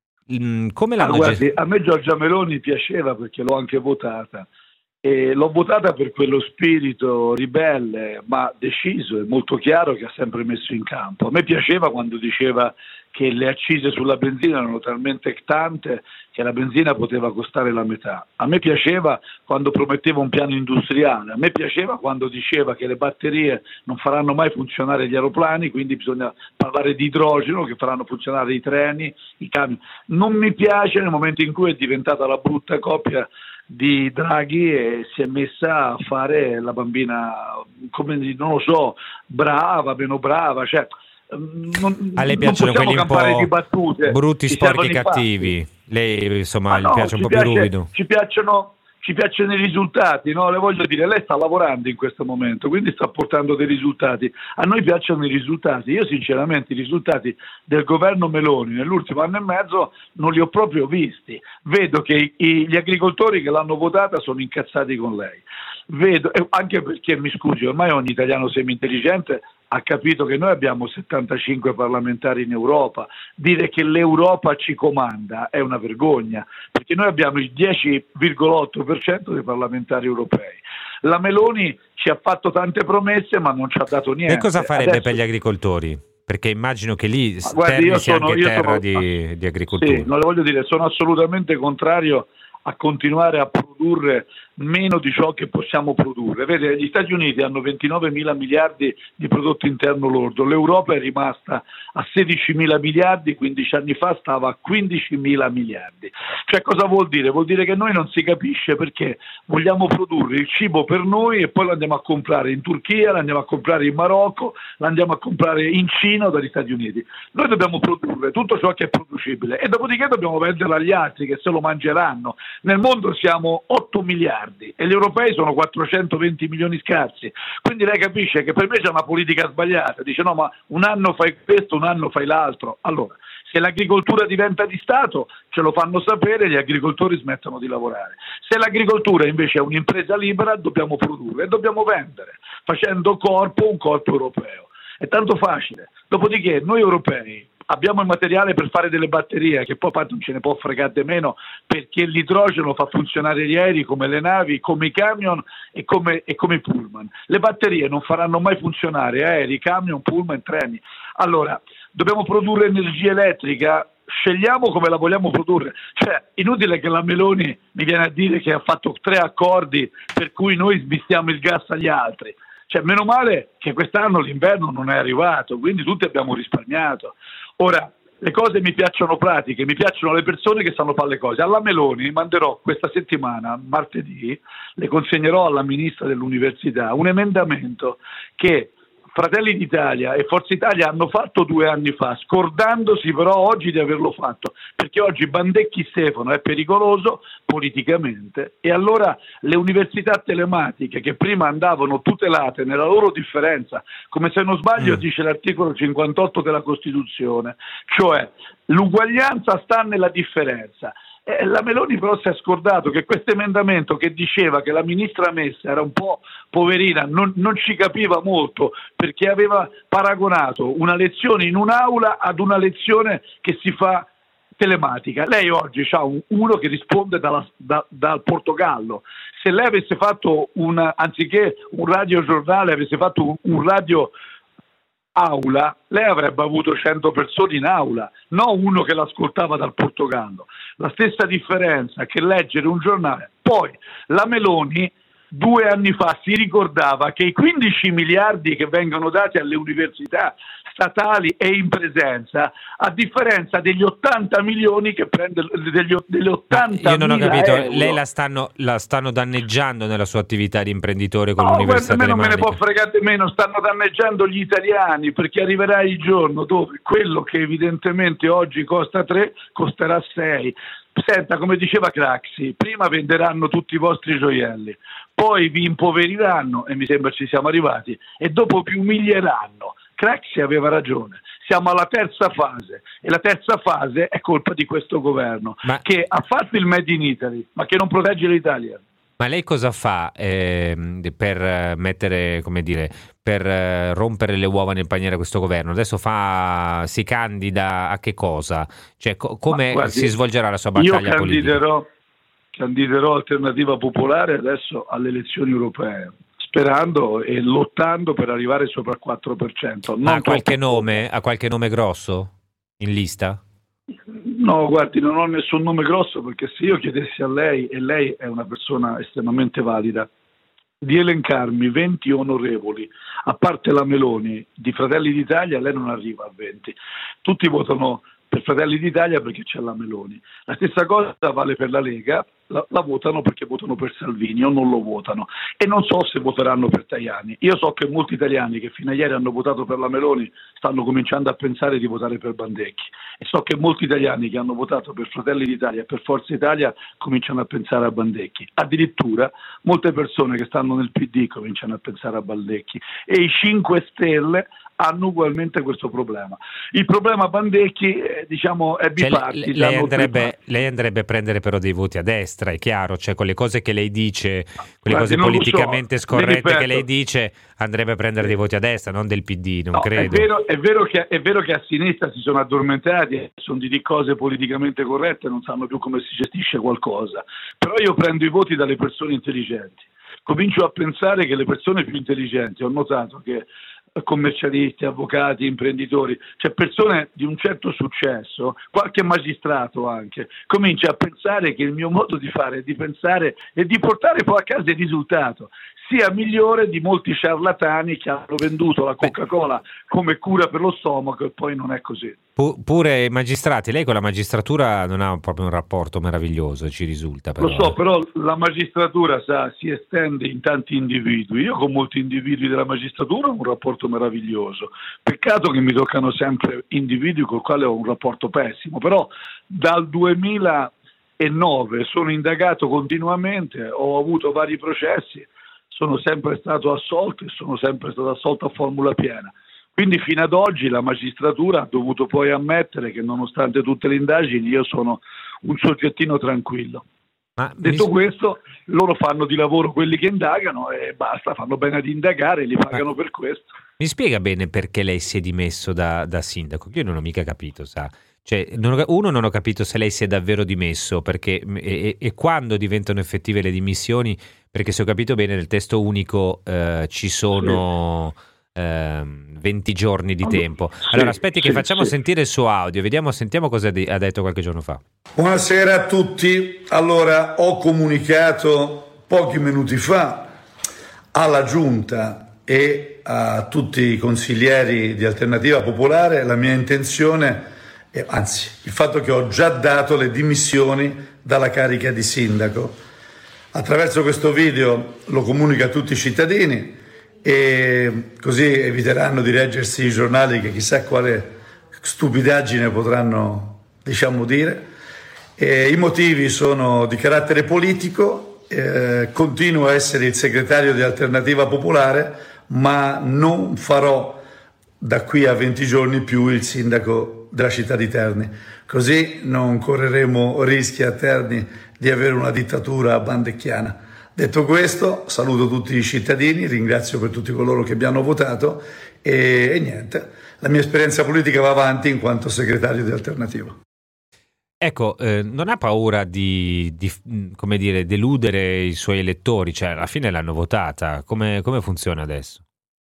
Come l'hanno guardi, a me Giorgia Meloni piaceva perché l'ho anche votata. E l'ho votata per quello spirito ribelle ma deciso e molto chiaro che ha sempre messo in campo. A me piaceva quando diceva che le accise sulla benzina erano talmente tante che la benzina poteva costare la metà. A me piaceva quando prometteva un piano industriale. A me piaceva quando diceva che le batterie non faranno mai funzionare gli aeroplani, quindi bisogna parlare di idrogeno che faranno funzionare i treni, i camion. Non mi piace nel momento in cui è diventata la brutta coppia di Draghi e si è messa a fare la bambina, come non lo so, brava, meno brava, cioè a lei piacciono quelli un po' di battute, brutti, sporchi, cattivi. Lei insomma gli piace un po' più ruvido. Ci piacciono i risultati, no? Le voglio dire, lei sta lavorando in questo momento, quindi sta portando dei risultati. A noi piacciono i risultati. Io sinceramente i risultati del governo Meloni nell'ultimo anno e mezzo non li ho proprio visti. Vedo che gli agricoltori che l'hanno votata sono incazzati con lei. Vedo, anche perché, mi scusi, ormai ogni italiano semi-intelligente ha capito che noi abbiamo 75 parlamentari in Europa. Dire che l'Europa ci comanda è una vergogna, perché noi abbiamo il 10,8% dei parlamentari europei. La Meloni ci ha fatto tante promesse ma non ci ha dato niente. E cosa farebbe per gli agricoltori? Perché immagino che lì Terni sia anche terra di agricoltura. Sì, non le voglio dire, sono assolutamente contrario a continuare a produrre meno di ciò che possiamo produrre. Vede, gli Stati Uniti hanno 29.000 miliardi di prodotto interno lordo, l'Europa è rimasta a 16.000 miliardi, 15 anni fa stava a 15.000 miliardi. Cioè cosa vuol dire? Vuol dire che noi non si capisce perché vogliamo produrre il cibo per noi e poi lo andiamo a comprare in Turchia, lo andiamo a comprare in Marocco, lo andiamo a comprare in Cina o dagli Stati Uniti. Noi dobbiamo produrre tutto ciò che è producibile e dopodiché dobbiamo venderlo agli altri che se lo mangeranno. Nel mondo siamo 8 miliardi e gli europei sono 420 milioni scarsi, quindi lei capisce che per me c'è una politica sbagliata, dice no ma un anno fai questo, un anno fai l'altro. Allora, se l'agricoltura diventa di Stato ce lo fanno sapere, gli agricoltori smettono di lavorare. Se l'agricoltura invece è un'impresa libera dobbiamo produrre e dobbiamo vendere facendo un corpo europeo. È tanto facile. Dopodiché noi europei abbiamo il materiale per fare delle batterie, che poi non ce ne può fregare di meno, perché l'idrogeno fa funzionare gli aerei come le navi, come i camion e come i pullman. Le batterie non faranno mai funzionare aerei, camion, pullman, treni. Allora, dobbiamo produrre energia elettrica, scegliamo come la vogliamo produrre. Cioè, inutile che la Meloni mi viene a dire che ha fatto 3 accordi per cui noi smistiamo il gas agli altri. Cioè, meno male che quest'anno l'inverno non è arrivato, quindi tutti abbiamo risparmiato. Ora, le cose mi piacciono pratiche, mi piacciono le persone che sanno fare le cose. Alla Meloni manderò questa settimana, martedì, le consegnerò alla Ministra dell'Università un emendamento che Fratelli d'Italia e Forza Italia hanno fatto 2 anni fa, scordandosi però oggi di averlo fatto, perché oggi Bandecchi Stefano è pericoloso politicamente e allora le università telematiche che prima andavano tutelate nella loro differenza, come se non sbaglio dice l'articolo 58 della Costituzione, cioè l'uguaglianza sta nella differenza. La Meloni però si è scordato che questo emendamento che diceva che la ministra Messa era un po' poverina, non ci capiva molto perché aveva paragonato una lezione in un'aula ad una lezione che si fa telematica. Lei oggi ha uno che risponde dal Portogallo. Se lei avesse fatto anziché un radiogiornale, avesse fatto un radio aula, lei avrebbe avuto 100 persone in aula, non uno che l'ascoltava dal Portogallo. La stessa differenza che leggere un giornale. Poi la Meloni 2 anni fa si ricordava che i 15 miliardi che vengono dati alle università statali e in presenza, a differenza degli 80 milioni che prende degli 80 io non ho capito, euro. lei la stanno danneggiando nella sua attività di imprenditore con l'università guarda, telematica. non me ne può fregare di meno, stanno danneggiando gli italiani, perché arriverà il giorno dove quello che evidentemente oggi costa 3 costerà 6. Senta, come diceva Craxi, prima venderanno tutti i vostri gioielli, poi vi impoveriranno, e mi sembra ci siamo arrivati, e dopo vi umilieranno. Craxi aveva ragione, siamo alla terza fase e la terza fase è colpa di questo governo che ha fatto il Made in Italy ma che non protegge l'Italia. Ma lei cosa fa per mettere, come dire, per rompere le uova nel paniere a questo governo? Adesso si candida a che cosa? Cioè come si svolgerà la sua battaglia politica? Candiderò Alternativa Popolare adesso alle elezioni europee, sperando e lottando per arrivare sopra il 4%. Ma ha qualche nome grosso in lista? No, guardi, non ho nessun nome grosso, perché se io chiedessi a lei, e lei è una persona estremamente valida, di elencarmi 20 onorevoli, a parte la Meloni, di Fratelli d'Italia, lei non arriva a 20. Tutti votano per Fratelli d'Italia perché c'è la Meloni. La stessa cosa vale per la Lega, la votano perché votano per Salvini o non lo votano, e non so se voteranno per Tajani. Io so che molti italiani che fino a ieri hanno votato per la Meloni stanno cominciando a pensare di votare per Bandecchi, e so che molti italiani che hanno votato per Fratelli d'Italia e per Forza Italia cominciano a pensare a Bandecchi. Addirittura molte persone che stanno nel PD cominciano a pensare a Bandecchi, e i 5 Stelle hanno ugualmente questo problema. Il problema Bandecchi è bipartito. Lei andrebbe a prendere però dei voti a destra, è chiaro, cioè con le cose che lei dice, quelle cose politicamente scorrette che lei dice, andrebbe a prendere dei voti a destra, non del PD, non credo. È vero che a sinistra si sono addormentati, sono di cose politicamente corrette, non sanno più come si gestisce qualcosa, però io prendo i voti dalle persone intelligenti. Comincio a pensare che le persone più intelligenti, ho notato che commercialisti, avvocati, imprenditori, cioè persone di un certo successo, qualche magistrato anche, comincia a pensare che il mio modo di fare, di pensare e di portare poi a casa il risultato sia migliore di molti ciarlatani che hanno venduto la Coca-Cola come cura per lo stomaco, e poi non è così. Pure i magistrati, lei con la magistratura non ha proprio un rapporto meraviglioso, ci risulta però. Lo so, però la magistratura si estende in tanti individui. Io con molti individui della magistratura ho un rapporto meraviglioso. Peccato che mi toccano sempre individui con i quali ho un rapporto pessimo, però dal 2009 sono indagato continuamente, ho avuto vari processi, sono sempre stato assolto e sono sempre stato assolto a formula piena. Quindi fino ad oggi la magistratura ha dovuto poi ammettere che nonostante tutte le indagini io sono un soggettino tranquillo. Detto questo, loro fanno di lavoro quelli che indagano e basta, fanno bene ad indagare e li pagano per questo. Mi spiega bene perché lei si è dimesso da sindaco? Io non ho mica capito, sa. Cioè, non ho capito se lei si è davvero dimesso, perché e quando diventano effettive le dimissioni, perché se ho capito bene nel testo unico ci sono 20 giorni di tempo. Allora aspetti che facciamo sentire il suo audio, sentiamo cosa ha detto qualche giorno fa. Buonasera a tutti. Allora, ho comunicato pochi minuti fa alla Giunta e a tutti i consiglieri di Alternativa Popolare la mia intenzione, anzi il fatto che ho già dato le dimissioni dalla carica di sindaco. Attraverso questo video lo comunico a tutti i cittadini e così eviteranno di leggersi i giornali che chissà quale stupidaggine potranno, diciamo, dire. I motivi sono di carattere politico, continuo a essere il segretario di Alternativa Popolare, ma non farò da qui a 20 giorni più il sindaco della città di Terni, così non correremo rischi a Terni di avere una dittatura bandecchiana. Detto questo, saluto tutti i cittadini, ringrazio per tutti coloro che mi hanno votato e niente, la mia esperienza politica va avanti in quanto segretario di Alternativa. Ecco, non ha paura di come dire, deludere i suoi elettori? Cioè, alla fine l'hanno votata, come funziona adesso?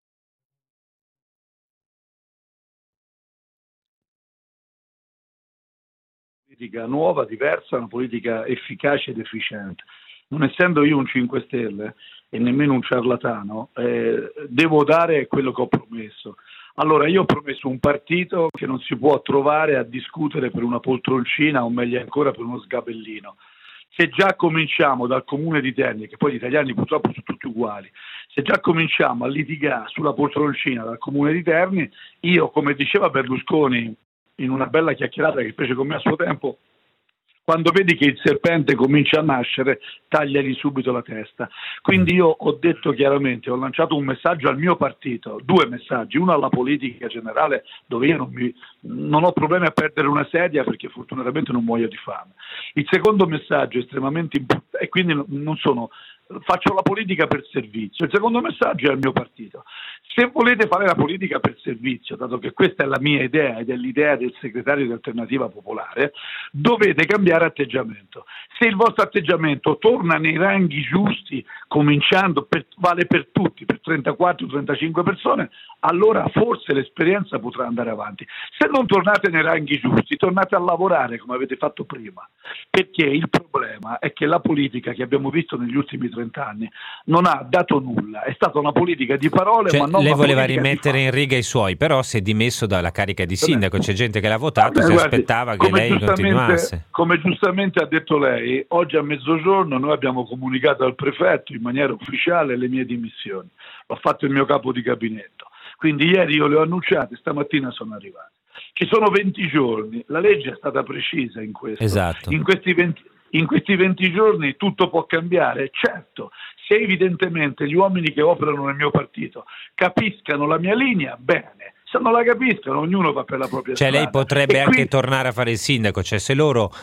Politica nuova, diversa, una politica efficace ed efficiente. Non essendo io un 5 Stelle e nemmeno un ciarlatano, devo dare quello che ho promesso. Allora, io ho promesso un partito che non si può trovare a discutere per una poltroncina o meglio ancora per uno sgabellino. Se già cominciamo dal comune di Terni, che poi gli italiani purtroppo sono tutti uguali, se già cominciamo a litigare sulla poltroncina dal comune di Terni, io, come diceva Berlusconi in una bella chiacchierata che fece con me a suo tempo, quando vedi che il serpente comincia a nascere, tagliagli subito la testa. Quindi io ho detto chiaramente, ho lanciato un messaggio al mio partito, 2 messaggi, uno alla politica generale, dove io non ho problemi a perdere una sedia perché fortunatamente non muoio di fame. Il secondo messaggio estremamente importante, e quindi faccio la politica per servizio. Il secondo messaggio è al mio partito. Se volete fare la politica per servizio, dato che questa è la mia idea ed è l'idea del segretario di Alternativa Popolare, dovete cambiare atteggiamento. Se il vostro atteggiamento torna nei ranghi giusti, cominciando, vale per tutti, per 34-35 persone, allora forse l'esperienza potrà andare avanti. Se non tornate nei ranghi giusti, tornate a lavorare come avete fatto prima, perché il problema è che la politica che abbiamo visto negli ultimi 30 anni non ha dato nulla, è stata una politica di parole, cioè, ma non lei una voleva politica rimettere in riga i suoi, però si è dimesso dalla carica di sindaco, c'è gente che l'ha votato, si aspettava che lei continuasse. Come giustamente ha detto lei, oggi a mezzogiorno noi abbiamo comunicato al prefetto in maniera ufficiale le mie dimissioni, l'ha fatto il mio capo di gabinetto, quindi ieri io le ho annunciate, stamattina sono arrivate. Ci sono 20 giorni, la legge è stata precisa in questo. Esatto. In questi 20 giorni tutto può cambiare, certo, se evidentemente gli uomini che operano nel mio partito capiscano la mia linea, bene. Se non la capiscono, ognuno va per la propria strada. Lei potrebbe anche tornare a fare il sindaco, cioè se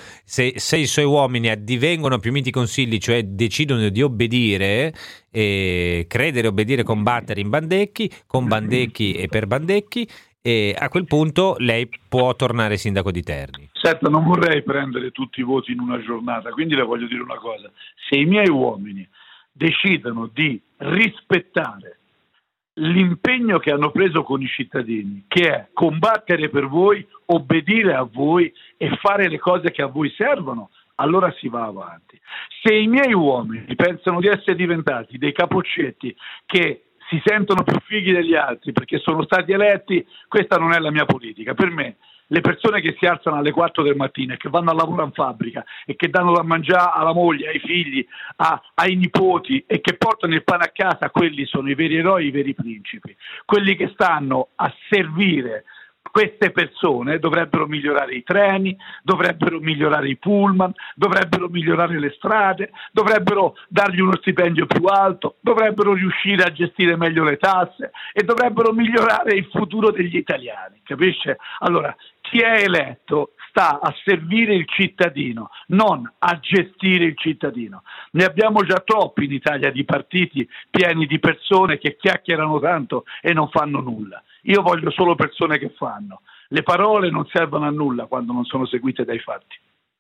i suoi uomini addivengono a più miti consigli, cioè decidono di obbedire, credere, obbedire, combattere in Bandecchi, con Bandecchi e per Bandecchi, e a quel punto lei può tornare sindaco di Terni. Certo, non vorrei prendere tutti i voti in una giornata, quindi le voglio dire una cosa: se i miei uomini decidono di rispettare l'impegno che hanno preso con i cittadini, che è combattere per voi, obbedire a voi e fare le cose che a voi servono, allora si va avanti. Se i miei uomini pensano di essere diventati dei capoccetti che si sentono più fighi degli altri perché sono stati eletti, questa non è la mia politica. Per me le persone che si alzano alle 4 del mattino e che vanno a lavorare in fabbrica e che danno da mangiare alla moglie, ai figli, ai nipoti e che portano il pane a casa, quelli sono i veri eroi, i veri principi. Quelli che stanno a servire queste persone dovrebbero migliorare i treni, dovrebbero migliorare i pullman, dovrebbero migliorare le strade, dovrebbero dargli uno stipendio più alto, dovrebbero riuscire a gestire meglio le tasse e dovrebbero migliorare il futuro degli italiani, capisce? Allora, chi è eletto sta a servire il cittadino, non a gestire il cittadino. Ne abbiamo già troppi in Italia di partiti pieni di persone che chiacchierano tanto e non fanno nulla. Io voglio solo persone che fanno. Le parole non servono a nulla quando non sono seguite dai fatti.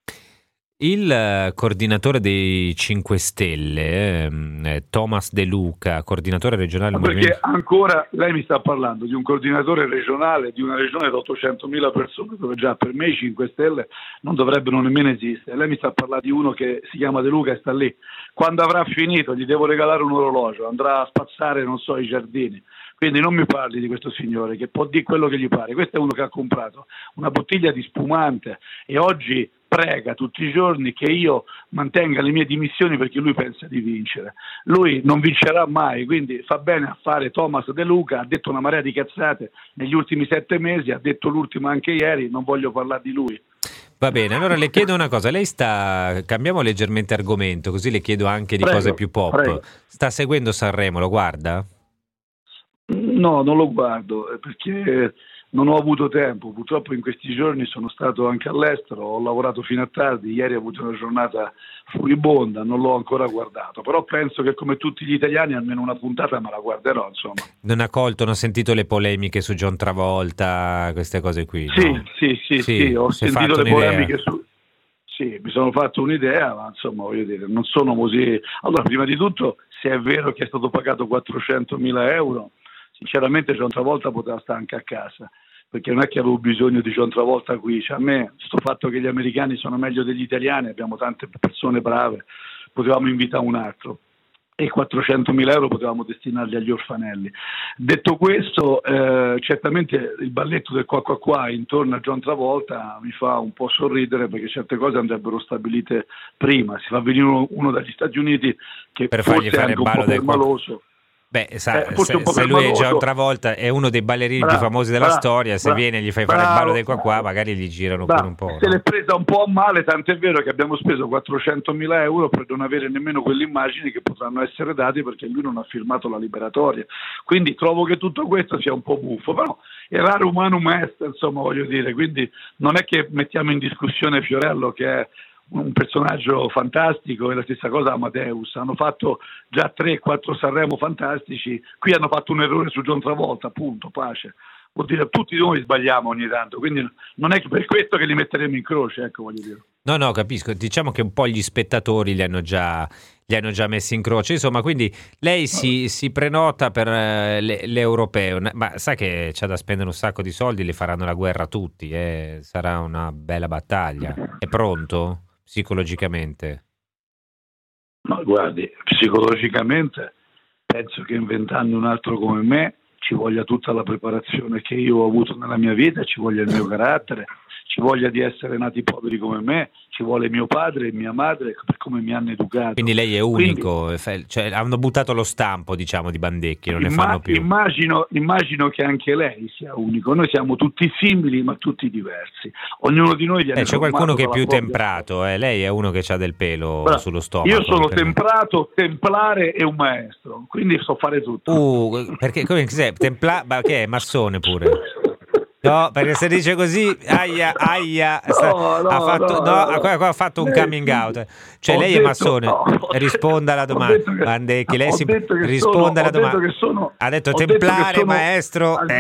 Il coordinatore dei 5 Stelle, Thomas De Luca, coordinatore regionale... Perché ancora lei mi sta parlando di un coordinatore regionale di una regione di 800.000 persone, dove già per me i 5 Stelle non dovrebbero nemmeno esistere. Lei mi sta parlando di uno che si chiama De Luca e sta lì. Quando avrà finito gli devo regalare un orologio, andrà a spazzare, non so, i giardini. Quindi non mi parli di questo signore che può dire quello che gli pare. Questo è uno che ha comprato una bottiglia di spumante e oggi prega tutti i giorni che io mantenga le mie dimissioni perché lui pensa di vincere. Lui non vincerà mai, quindi fa bene a fare Thomas De Luca, ha detto una marea di cazzate negli ultimi 7 mesi, ha detto l'ultima anche ieri, non voglio parlare di lui. Va bene, allora le chiedo una cosa, cambiamo leggermente argomento, così le chiedo anche di cose più pop. Prego. Sta seguendo Sanremo, lo guarda? No, non lo guardo perché non ho avuto tempo, purtroppo in questi giorni sono stato anche all'estero, ho lavorato fino a tardi, ieri ho avuto una giornata furibonda, non l'ho ancora guardato, però penso che come tutti gli italiani almeno una puntata me la guarderò, insomma. Non ho sentito le polemiche su John Travolta, queste cose qui? Sì, no? sì, ho sentito le polemiche su... Sì, mi sono fatto un'idea, ma insomma voglio dire, non sono così... Allora, prima di tutto, se è vero che è stato pagato 400.000 euro, sinceramente John Travolta poteva stare anche a casa, perché non è che avevo bisogno di John Travolta qui, cioè, a me sto fatto che gli americani sono meglio degli italiani, abbiamo tante persone brave, potevamo invitare un altro e 400.000 euro potevamo destinarli agli orfanelli. Detto questo, certamente il balletto del qua qua qua intorno a John Travolta mi fa un po' sorridere, perché certe cose andrebbero stabilite prima, si fa venire uno dagli Stati Uniti che per forse fargli è fare anche un po' permaloso. Beh, se un lui è già Travolta volta è uno dei ballerini più famosi della storia, se viene e gli fai fare il ballo del qua qua, magari gli girano pure un po'. Se l'è presa un po' a male, tant'è vero che abbiamo speso 400.000 euro per non avere nemmeno quelle immagini che potranno essere date, perché lui non ha firmato la liberatoria. Quindi trovo che tutto questo sia un po' buffo, però errare umanum est, insomma, voglio dire, quindi non è che mettiamo in discussione Fiorello, che è un personaggio fantastico, e la stessa cosa Amadeus, hanno fatto già 3-4 Sanremo fantastici, qui hanno fatto un errore su John Travolta, punto, pace. Vuol dire tutti noi sbagliamo ogni tanto, quindi non è per questo che li metteremo in croce, ecco, voglio dire. No, capisco, diciamo che un po' gli spettatori li hanno già messi in croce, insomma, quindi lei si prenota per l'europeo, ma sa che c'ha da spendere un sacco di soldi, le faranno la guerra tutti, sarà una bella battaglia. È pronto psicologicamente? No, guardi, psicologicamente penso che in 20 anni un altro come me ci voglia tutta la preparazione che io ho avuto nella mia vita, ci voglia il mio carattere, ci voglia di essere nati poveri come me, ci vuole mio padre e mia madre per come mi hanno educato. Quindi lei è unico, cioè hanno buttato lo stampo, diciamo, di Bandecchi, non ne fanno più. Immagino che anche lei sia unico, noi siamo tutti simili ma tutti diversi, ognuno di noi viene c'è qualcuno che è più propria... temprato, lei è uno che ha del pelo sullo stomaco. Io sono temprato, templare e un maestro, quindi so fare tutto. Perché come ma che è massone pure? No, perché se dice così, aia, ha fatto un coming out. Cioè lei è massone, risponda alla domanda. Bandecchi, lei risponda alla domanda. Ha detto templare, maestro. Ho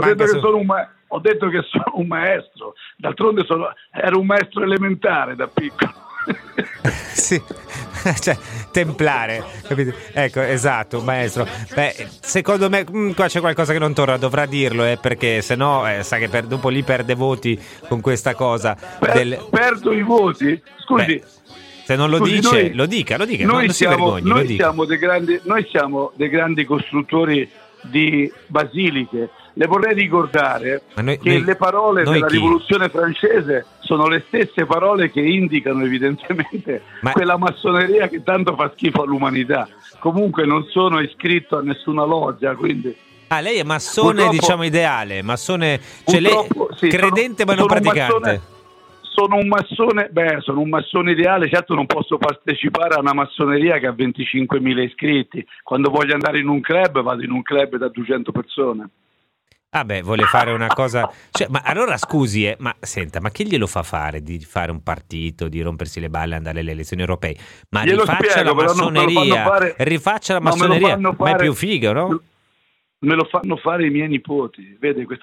detto che sono un maestro. D'altronde ero un maestro elementare da piccolo. Sì, cioè templare, capito? Ecco, esatto, maestro. Beh, secondo me qua c'è qualcosa che non torna, dovrà dirlo, perché sennò sa che dopo lì perde voti con questa cosa. Perdo i voti? Scusi. Se non lo dice, lo dica, non si vergogni. Noi siamo dei grandi costruttori di basiliche. Le vorrei ricordare che le parole della rivoluzione francese sono le stesse parole che indicano evidentemente quella massoneria che tanto fa schifo all'umanità. Comunque non sono iscritto a nessuna loggia, quindi... lei è massone, diciamo, ideale, massone, cioè lei credente ma non praticante. Sono un massone ideale, certo non posso partecipare a una massoneria che ha 25.000 iscritti. Quando voglio andare in un club vado in un club da 200 persone. Vuole fare una cosa, cioè, ma allora scusi, ma senta, ma che glielo fa fare di fare un partito, di rompersi le balle e andare alle elezioni europee? Ma rifaccia la massoneria, ma è più figo, no? Me lo fanno fare i miei nipoti, vede, questa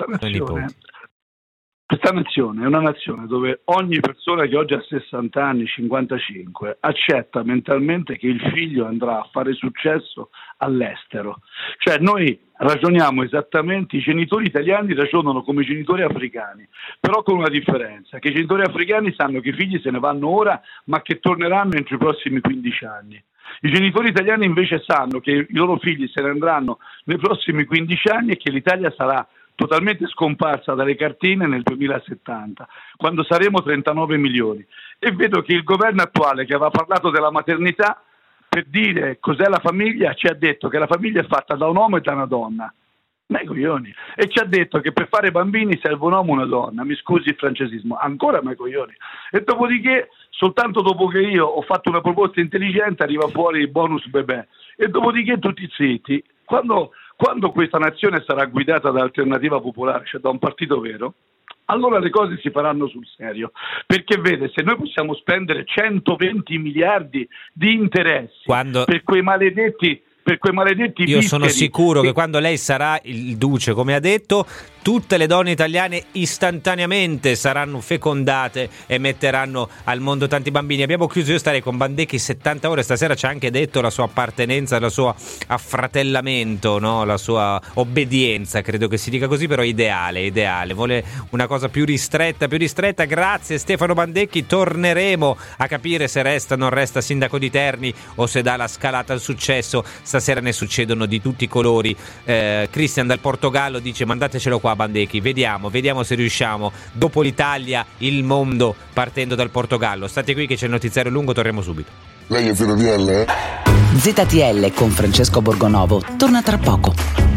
nazione è una nazione dove ogni persona che oggi ha 60 anni, 55, accetta mentalmente che il figlio andrà a fare successo all'estero. Cioè noi ragioniamo esattamente, i genitori italiani ragionano come i genitori africani, però con una differenza, che i genitori africani sanno che i figli se ne vanno ora ma che torneranno entro i prossimi 15 anni. I genitori italiani invece sanno che i loro figli se ne andranno nei prossimi 15 anni e che l'Italia sarà totalmente scomparsa dalle cartine nel 2070, quando saremo 39 milioni. e vedo che il governo attuale, che aveva parlato della maternità, per dire cos'è la famiglia, ci ha detto che la famiglia è fatta da un uomo e da una donna. Ma i coglioni. E ci ha detto che per fare bambini serve un uomo e una donna. Mi scusi il francesismo, ancora mai coglioni. E dopodiché, soltanto dopo che io ho fatto una proposta intelligente, arriva fuori il bonus bebè. E dopodiché tutti zitti. Quando questa nazione sarà guidata da Alternativa Popolare, cioè da un partito vero, allora le cose si faranno sul serio. Perché vede, se noi possiamo spendere 120 miliardi di interessi per quei maledetti io sono sicuro che quando lei sarà il duce, come ha detto, tutte le donne italiane istantaneamente saranno fecondate e metteranno al mondo tanti bambini. Abbiamo chiuso, io starei con Bandecchi 70 ore, stasera ci ha anche detto la sua appartenenza, il suo affratellamento, no? La sua obbedienza, credo che si dica così, però ideale, vuole una cosa più ristretta. Grazie Stefano Bandecchi, torneremo a capire se resta o non resta sindaco di Terni o se dà la scalata al successo. Stasera ne succedono di tutti i colori. Cristian dal Portogallo dice mandatecelo qua Bandecchi, vediamo se riusciamo. Dopo l'Italia, il mondo partendo dal Portogallo. State qui che c'è il notiziario lungo, torniamo subito. Lei è ZTL, eh? ZTL con Francesco Borgonovo torna tra poco.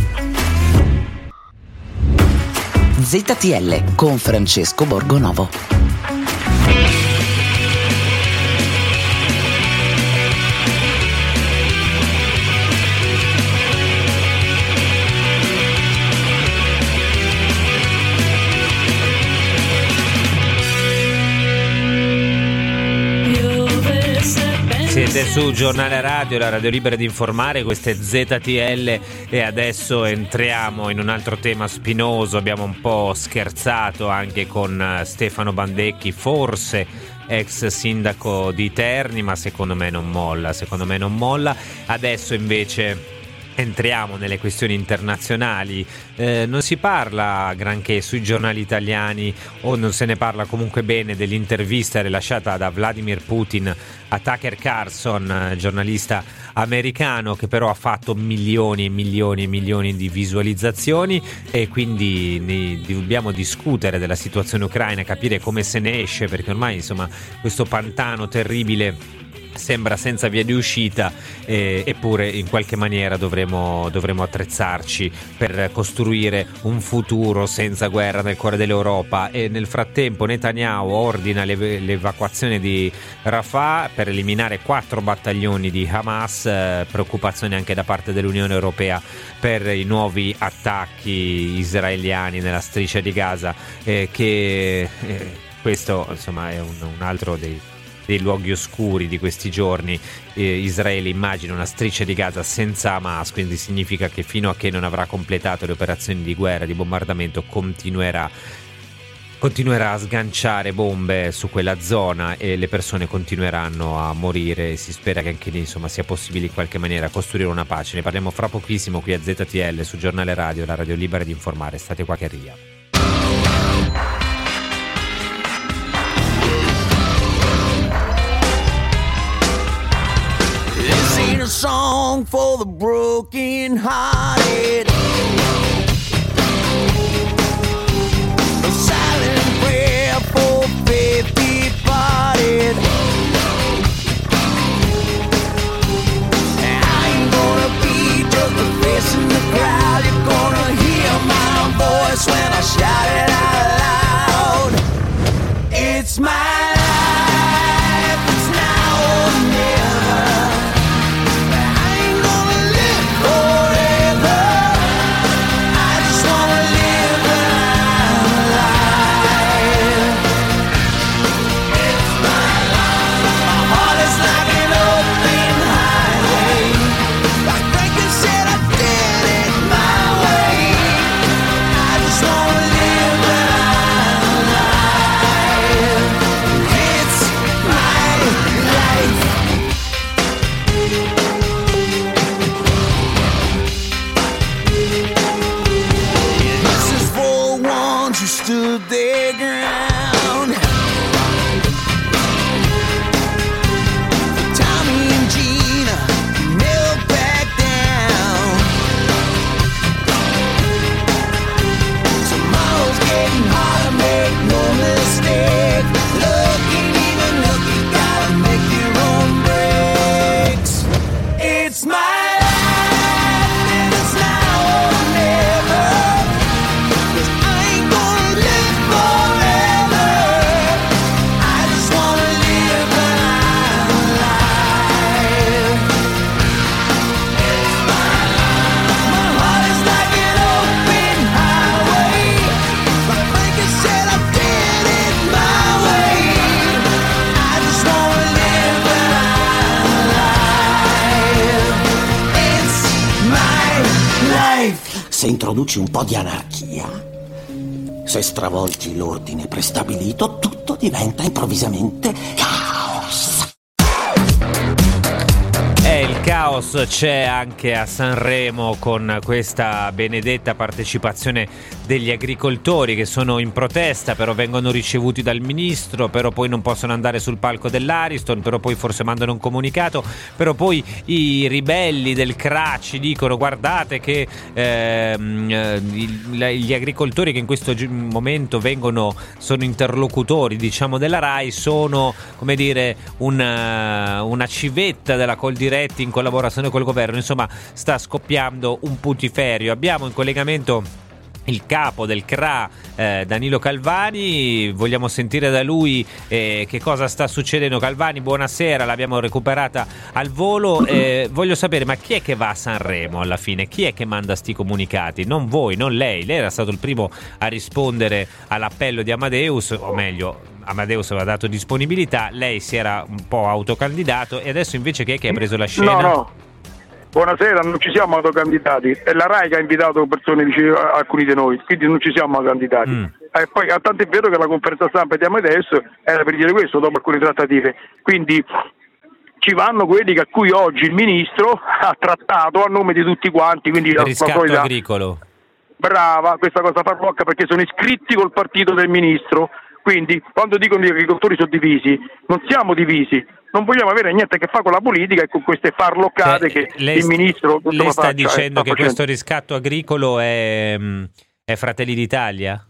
ZTL con Francesco Borgonovo. Siete su Giornale Radio, la radio libera di informare, questa è ZTL e adesso entriamo in un altro tema spinoso. Abbiamo un po' scherzato anche con Stefano Bandecchi, forse ex sindaco di Terni, ma secondo me non molla. Adesso invece entriamo nelle questioni internazionali. Non si parla granché sui giornali italiani, o non se ne parla comunque bene, dell'intervista rilasciata da Vladimir Putin a Tucker Carlson, giornalista americano, che però ha fatto milioni e milioni di visualizzazioni, e quindi dobbiamo discutere della situazione ucraina, capire come se ne esce, perché ormai insomma questo pantano terribile sembra senza via di uscita, eppure in qualche maniera dovremo attrezzarci per costruire un futuro senza guerra nel cuore dell'Europa. E nel frattempo Netanyahu ordina l'evacuazione di Rafah per eliminare 4 battaglioni di Hamas, preoccupazione anche da parte dell'Unione Europea per i nuovi attacchi israeliani nella striscia di Gaza, questo insomma è un altro dei luoghi oscuri di questi giorni. Israele immagina una striscia di Gaza senza Hamas, quindi significa che fino a che non avrà completato le operazioni di guerra, di bombardamento, continuerà a sganciare bombe su quella zona e le persone continueranno a morire. Si spera che anche lì insomma sia possibile in qualche maniera costruire una pace. Ne parliamo fra pochissimo qui a ZTL su Giornale Radio, la radio libera di informare. State qua che arriviamo. A song for the broken hearted, a silent prayer for faith departed. I ain't gonna be just a face in the crowd. You're gonna hear my voice when I shout it out loud. It's my life, it's now or never. Stood their ground. Tommy and Gina never back down. Tomorrow's getting harder, make no mistake. Love ain't even look Se introduci un po' di anarchia, se stravolgi l'ordine prestabilito, tutto diventa improvvisamente caos. Il caos c'è anche a Sanremo con questa benedetta partecipazione degli agricoltori che sono in protesta, però vengono ricevuti dal ministro, però poi non possono andare sul palco dell'Ariston, però poi forse mandano un comunicato, però poi i ribelli del CRA ci dicono guardate che gli agricoltori che in questo momento sono interlocutori, diciamo, della RAI, sono, come dire, una civetta della Coldiretti in collaborazione col governo. Insomma, sta scoppiando un putiferio. Abbiamo in collegamento il capo del CRA, Danilo Calvani. Vogliamo sentire da lui che cosa sta succedendo. Calvani, buonasera, l'abbiamo recuperata al volo. Voglio sapere, ma chi è che va a Sanremo alla fine? Chi è che manda sti comunicati? Non voi, non lei. Lei era stato il primo a rispondere all'appello di Amadeus, o meglio, Amadeus aveva dato disponibilità, lei si era un po' autocandidato, e adesso invece chi è che ha preso la scena? No. Buonasera, non ci siamo autocandidati, è la RAI che ha invitato persone vicine a alcuni di noi, quindi non ci siamo candidati. Poi tanto è vero che la conferenza stampa di Amadeus era per dire questo dopo alcune trattative, quindi ci vanno quelli a cui oggi il ministro ha trattato a nome di tutti quanti, quindi il riscatto agricolo. Brava, questa cosa farlocca, perché sono iscritti col partito del ministro. Quindi quando dicono che gli agricoltori sono divisi, non siamo divisi, non vogliamo avere niente a che fare con la politica e con queste farloccate che il ministro lei sta dicendo che questo riscatto agricolo è Fratelli d'Italia?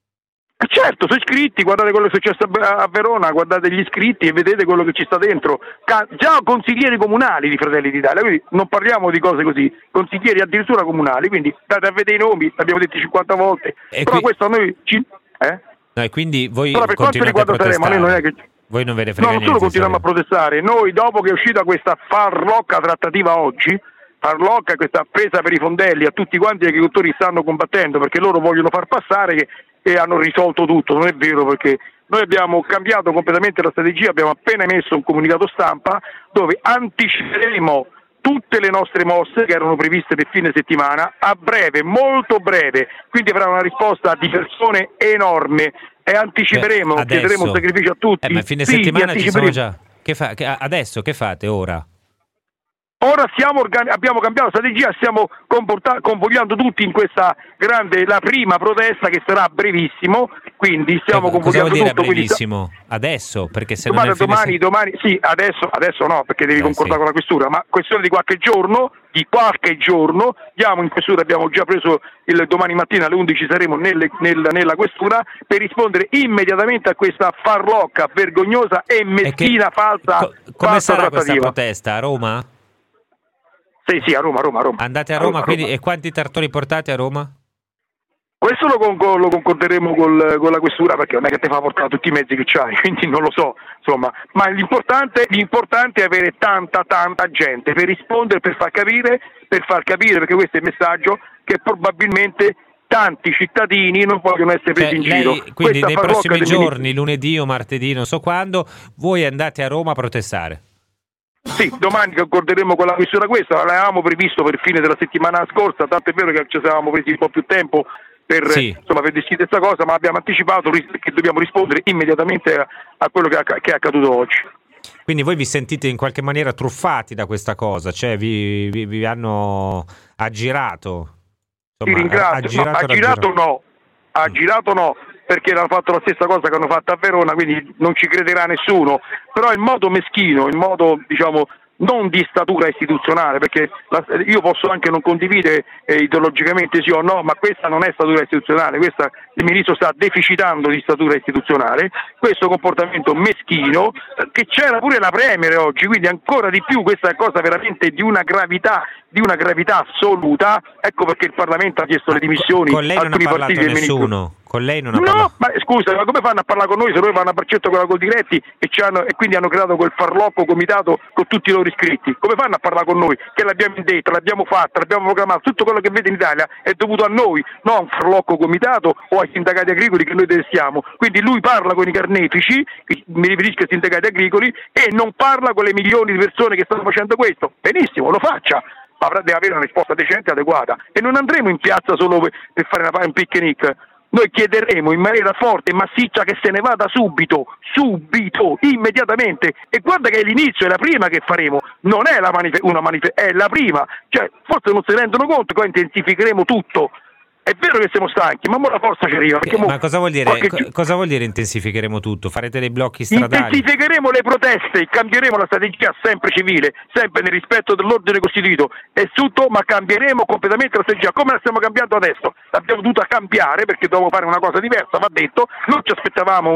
Certo, sono iscritti, guardate quello che è successo a Verona, guardate gli iscritti e vedete quello che ci sta dentro. Già consiglieri comunali di Fratelli d'Italia, quindi non parliamo di cose così, consiglieri addirittura comunali, quindi date a vedere i nomi, l'abbiamo detto 50 volte, però questo a noi No, e quindi voi però per quanto riguarda Sanremo, noi non è che voi non ve ne frega niente. Non solo continuiamo a protestare, noi dopo che è uscita questa farlocca trattativa oggi, farlocca, questa presa per i fondelli a tutti quanti gli agricoltori stanno combattendo perché loro vogliono far passare che hanno risolto tutto, non è vero, perché noi abbiamo cambiato completamente la strategia, abbiamo appena emesso un comunicato stampa dove anticiperemo tutte le nostre mosse che erano previste per fine settimana a breve, molto breve, quindi avrà una risposta di persone enorme e anticiperemo, chiederemo un sacrificio a tutti. Ma fine settimana ci sono già. Adesso che fate ora? Ora abbiamo cambiato strategia, stiamo convogliando tutti in questa la prima protesta che sarà brevissimo, quindi stiamo convogliando tutto. Cosa vuol dire brevissimo? Adesso? Perché se domani, sì, adesso no, perché devi concordare con la questura, ma questione di qualche giorno, andiamo in questura, abbiamo già preso domani mattina alle 11 saremo nella questura per rispondere immediatamente a questa farlocca vergognosa e meschina falsa. Come sarà questa protesta? A Roma? Sì, a Roma. Andate a Roma, quindi, e quanti trattori portate a Roma? Questo lo concorderemo con la questura, perché non è che te fa portare tutti i mezzi che c'hai, quindi non lo so, insomma, ma l'importante è avere tanta gente per rispondere, per far capire, perché questo è il messaggio che probabilmente tanti cittadini non vogliono essere presi in giro. Quindi nei prossimi giorni, lunedì o martedì, non so quando, voi andate a Roma a protestare? Sì, domani concorderemo con la questura questa, l'avevamo previsto per fine della settimana scorsa, tanto è vero che ci siamo presi un po' più tempo per decidere questa cosa, ma abbiamo anticipato che dobbiamo rispondere immediatamente a quello che è accaduto oggi. Quindi voi vi sentite in qualche maniera truffati da questa cosa, cioè vi hanno aggirato? Ti ringrazio, aggirato no, perché hanno fatto la stessa cosa che hanno fatto a Verona, quindi non ci crederà nessuno, però il modo meschino, il modo non di statura istituzionale, perché io posso anche non condividere ideologicamente sì o no, ma questa non è statura istituzionale, il ministro sta deficitando di statura istituzionale, questo comportamento meschino, che c'era pure la Premier oggi, quindi ancora di più, questa è cosa veramente di una gravità assoluta, ecco perché il Parlamento ha chiesto le dimissioni. Con lei non ha parlato nessuno? Con lei non ha parlato? No, ma scusa, ma come fanno a parlare con noi se noi vanno a braccetto con la Coldiretti e quindi hanno creato quel farlocco comitato con tutti i loro iscritti? Come fanno a parlare con noi? Che l'abbiamo indetta, l'abbiamo fatta, l'abbiamo programmata, tutto quello che vede in Italia è dovuto a noi, non a un farlocco comitato o ai sindacati agricoli che noi detestiamo. Quindi lui parla con i carnefici, mi riferisco ai sindacati agricoli, e non parla con le milioni di persone che stanno facendo questo. Benissimo, lo faccia. deve avere una risposta decente e adeguata, e non andremo in piazza solo per fare un picnic. Noi chiederemo in maniera forte e massiccia che se ne vada subito, immediatamente, e guarda che è l'inizio, è la prima che faremo, non è è la prima, cioè forse non si rendono conto che intensificheremo tutto. È vero che siamo stanchi, ma la forza ci arriva. Ma cosa vuol dire? Cosa vuol dire intensificheremo tutto? Farete dei blocchi stradali? Intensificheremo le proteste, cambieremo la strategia sempre civile, sempre nel rispetto dell'ordine costituito, è tutto, ma cambieremo completamente la strategia, come la stiamo cambiando adesso. L'abbiamo dovuta cambiare perché dovevamo fare una cosa diversa, va detto, non ci aspettavamo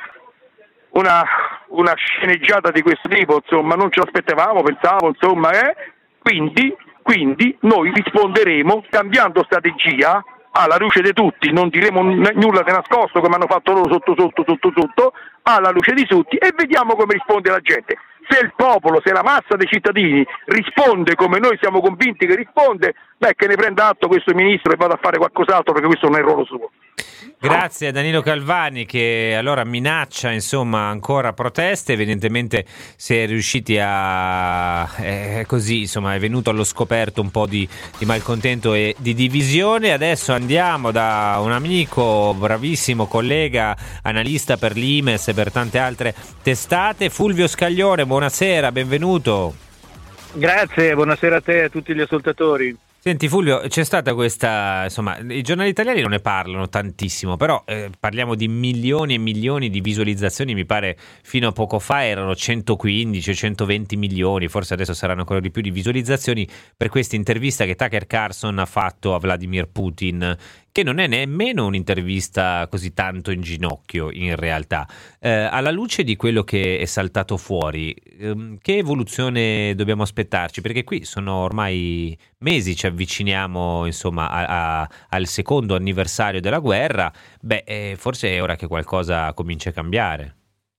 una sceneggiata di questo tipo, insomma, non ce l'aspettavamo, pensavo, insomma, quindi noi risponderemo cambiando strategia alla luce di tutti, non diremo nulla di nascosto come hanno fatto loro sotto, alla luce di tutti, e vediamo come risponde la gente. Se il popolo, se la massa dei cittadini risponde come noi siamo convinti che risponde, che ne prenda atto questo ministro e vada a fare qualcos'altro, perché questo non è il ruolo suo. Grazie a Danilo Calvani, che allora minaccia ancora proteste. Evidentemente si è riusciti così, insomma, è venuto allo scoperto un po' di malcontento e di divisione. Adesso andiamo da un amico, bravissimo collega, analista per l'Imes e per tante altre testate, Fulvio Scaglione. Buonasera, benvenuto. Grazie, buonasera a te e a tutti gli ascoltatori. Senti Fulvio, c'è stata questa, insomma, i giornali italiani non ne parlano tantissimo, però parliamo di milioni e milioni di visualizzazioni, mi pare fino a poco fa erano 115 o 120 milioni, forse adesso saranno ancora di più, di visualizzazioni per questa intervista che Tucker Carlson ha fatto a Vladimir Putin, che non è nemmeno un'intervista così tanto in ginocchio in realtà. Alla luce di quello che è saltato fuori, che evoluzione dobbiamo aspettarci? Perché qui sono ormai mesi, ci avviciniamo insomma al secondo anniversario della guerra, forse è ora che qualcosa cominci a cambiare.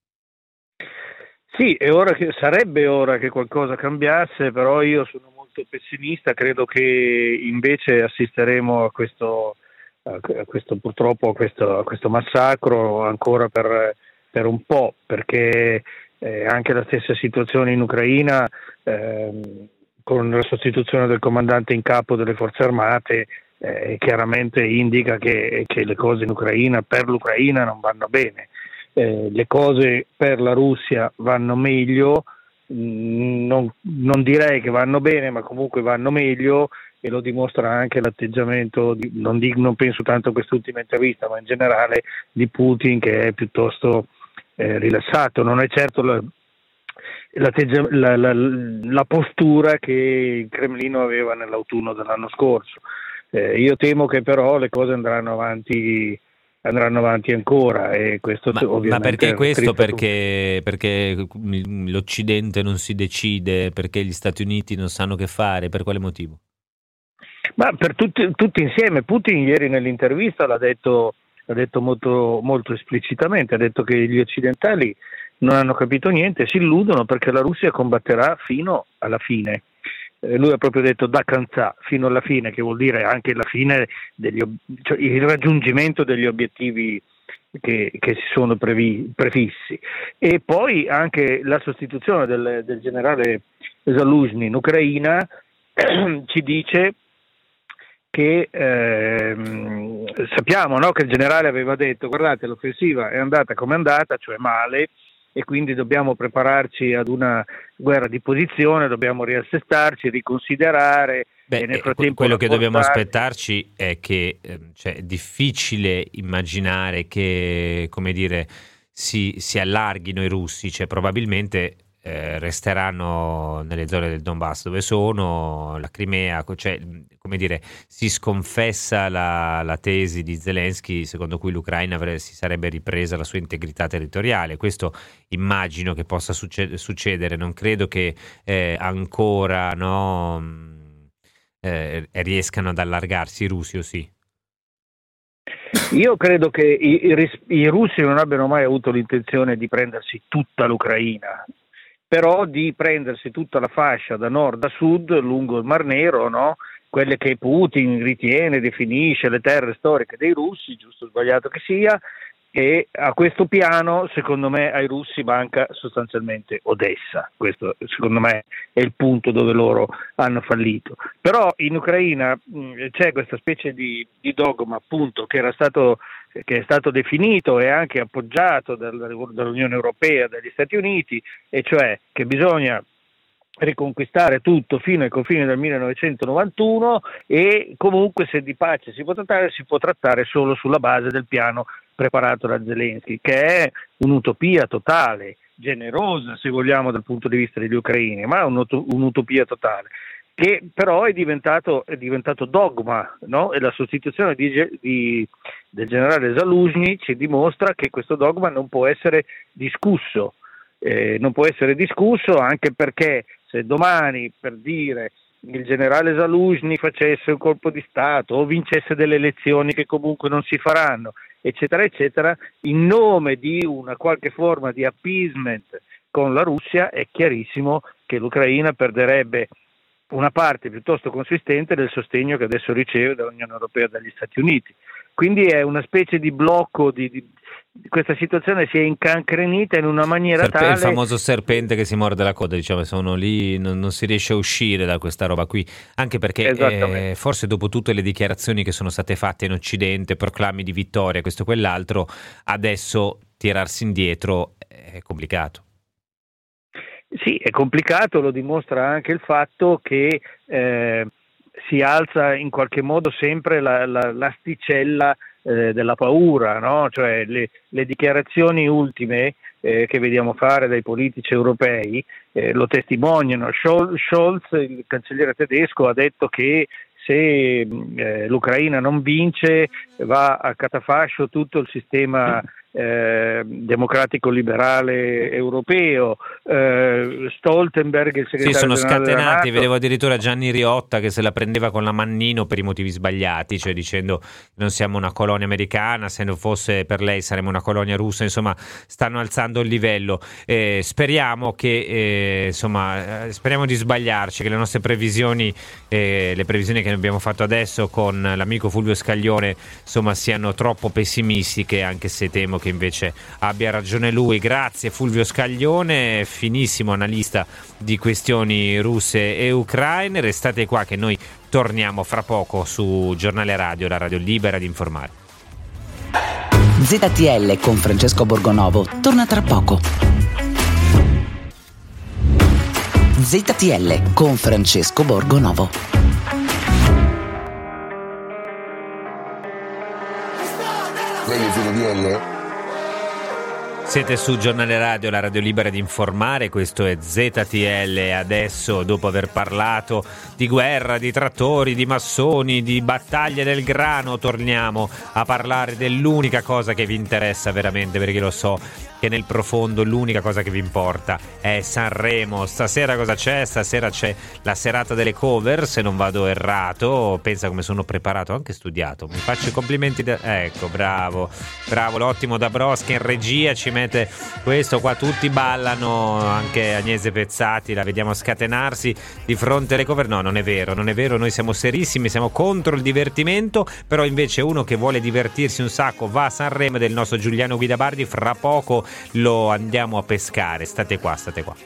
Sì, sarebbe ora che qualcosa cambiasse, però io sono molto pessimista, credo che invece assisteremo a questo massacro ancora per un po', perché anche la stessa situazione in Ucraina, con la sostituzione del comandante in capo delle forze armate, chiaramente indica che le cose in Ucraina, per l'Ucraina, non vanno bene. Le cose per la Russia vanno meglio, non direi che vanno bene, ma comunque vanno meglio, e lo dimostra anche l'atteggiamento, non penso tanto a quest'ultima intervista, ma in generale di Putin, che è piuttosto rilassato. Non è certo la postura che il Cremlino aveva nell'autunno dell'anno scorso. Io temo che però le cose andranno avanti ancora, e questo ovviamente. Ma perché questo? Perché l'Occidente non si decide, perché gli Stati Uniti non sanno che fare, per quale motivo? Ma per tutti insieme. Putin ieri nell'intervista l'ha detto molto, molto esplicitamente, ha detto che gli occidentali non hanno capito niente, si illudono perché la Russia combatterà fino alla fine. Lui ha proprio detto da canzà, fino alla fine, che vuol dire anche la fine cioè il raggiungimento degli obiettivi che si sono prefissi. E poi anche la sostituzione del generale Zaluzhny in Ucraina ci dice che sappiamo, no, che il generale aveva detto: guardate, l'offensiva è andata come è andata, cioè male, e quindi dobbiamo prepararci ad una guerra di posizione, dobbiamo riassestarci, riconsiderare. E nel frattempo quello che dobbiamo aspettarci è che è difficile immaginare che, come dire, si allarghino i russi, cioè probabilmente resteranno nelle zone del Donbass dove sono, la Crimea, cioè, come dire, si sconfessa la tesi di Zelensky secondo cui l'Ucraina si sarebbe ripresa la sua integrità territoriale. Questo immagino che possa succedere, non credo che ancora riescano ad allargarsi i russi, o sì? Io credo che i russi non abbiano mai avuto l'intenzione di prendersi tutta l'Ucraina, però di prendersi tutta la fascia da nord a sud lungo il Mar Nero, no? Quelle che Putin definisce le terre storiche dei russi, giusto o sbagliato che sia, E a questo piano, secondo me, ai russi manca sostanzialmente Odessa. Questo, secondo me, è il punto dove loro hanno fallito. Però in Ucraina c'è questa specie di dogma, appunto, che è stato definito e anche appoggiato dall'Unione Europea, dagli Stati Uniti, e cioè che bisogna riconquistare tutto fino ai confini del 1991 e comunque se di pace si può trattare solo sulla base del piano preparato da Zelensky, che è un'utopia totale, generosa se vogliamo dal punto di vista degli ucraini, ma un'utopia totale, che però è diventato dogma, no? E la sostituzione del generale Zaluzhny ci dimostra che questo dogma non può essere discusso. Non può essere discusso anche perché se domani, per dire, il generale Zaluzhny facesse un colpo di Stato o vincesse delle elezioni che comunque non si faranno, eccetera, eccetera, in nome di una qualche forma di appeasement con la Russia, è chiarissimo che l'Ucraina perderebbe una parte piuttosto consistente del sostegno che adesso riceve dall'Unione Europea e dagli Stati Uniti. Quindi è una specie di blocco questa situazione si è incancrenita in una maniera tale... Il famoso serpente che si morde la coda, diciamo, sono lì, non si riesce a uscire da questa roba qui, anche perché forse dopo tutte le dichiarazioni che sono state fatte in Occidente, proclami di vittoria, questo e quell'altro, adesso tirarsi indietro è complicato. Sì, è complicato, lo dimostra anche il fatto che si alza in qualche modo sempre l'asticella della paura, no? Cioè le dichiarazioni ultime che vediamo fare dai politici europei lo testimoniano. Scholz, il cancelliere tedesco, ha detto che se l'Ucraina non vince va a catafascio tutto il sistema democratico liberale europeo. Stoltenberg, il segretario sono generale della scatenati, NATO, vedevo addirittura Gianni Riotta che se la prendeva con la Mannino per i motivi sbagliati, cioè dicendo non siamo una colonia americana, se non fosse per lei saremmo una colonia russa. Insomma, stanno alzando il livello, speriamo che speriamo di sbagliarci, che le nostre previsioni, le previsioni che abbiamo fatto adesso con l'amico Fulvio Scaglione, insomma, siano troppo pessimistiche, anche se temo che invece abbia ragione lui. Grazie Fulvio Scaglione, finissimo analista di questioni russe e ucraine. Restate qua che noi torniamo fra poco su Giornale Radio, la radio libera di informare. ZTL con Francesco Borgonovo torna tra poco. ZTL con Francesco Borgonovo. Lei è ZTL? Siete su Giornale Radio, la radio libera di informare, questo è ZTL. Adesso, dopo aver parlato di guerra, di trattori, di massoni, di battaglie del grano, torniamo a parlare dell'unica cosa che vi interessa veramente, perché lo so che nel profondo l'unica cosa che vi importa è Sanremo. Stasera cosa c'è? Stasera c'è la serata delle cover, se non vado errato. Pensa come sono preparato, anche studiato, mi faccio i complimenti ecco, bravo, l'ottimo Dabrowski in regia ci mette questo qua, tutti ballano, anche Agnese Pezzati la vediamo scatenarsi di fronte alle cover. No, non è vero, noi siamo serissimi, siamo contro il divertimento, però invece uno che vuole divertirsi un sacco va a Sanremo, del nostro Giuliano Guidabardi. Fra poco lo andiamo a pescare, state qua.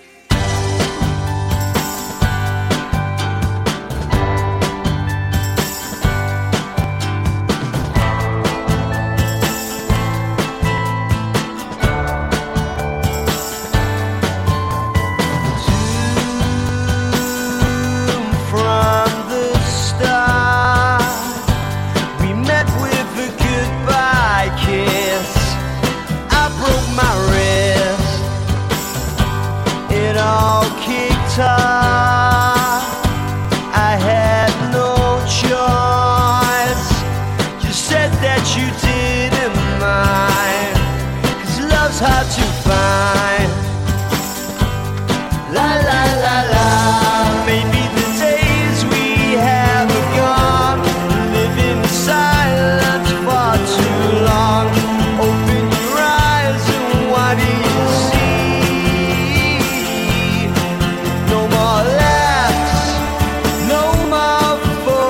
I had no choice. You said that you didn't mind, 'cause love's hard to find. La la la la. Maybe the days we have are gone. Living in silence for too long. Open your eyes and what do you see? No more laughs, no more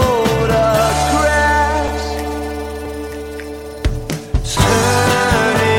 photographs. Turning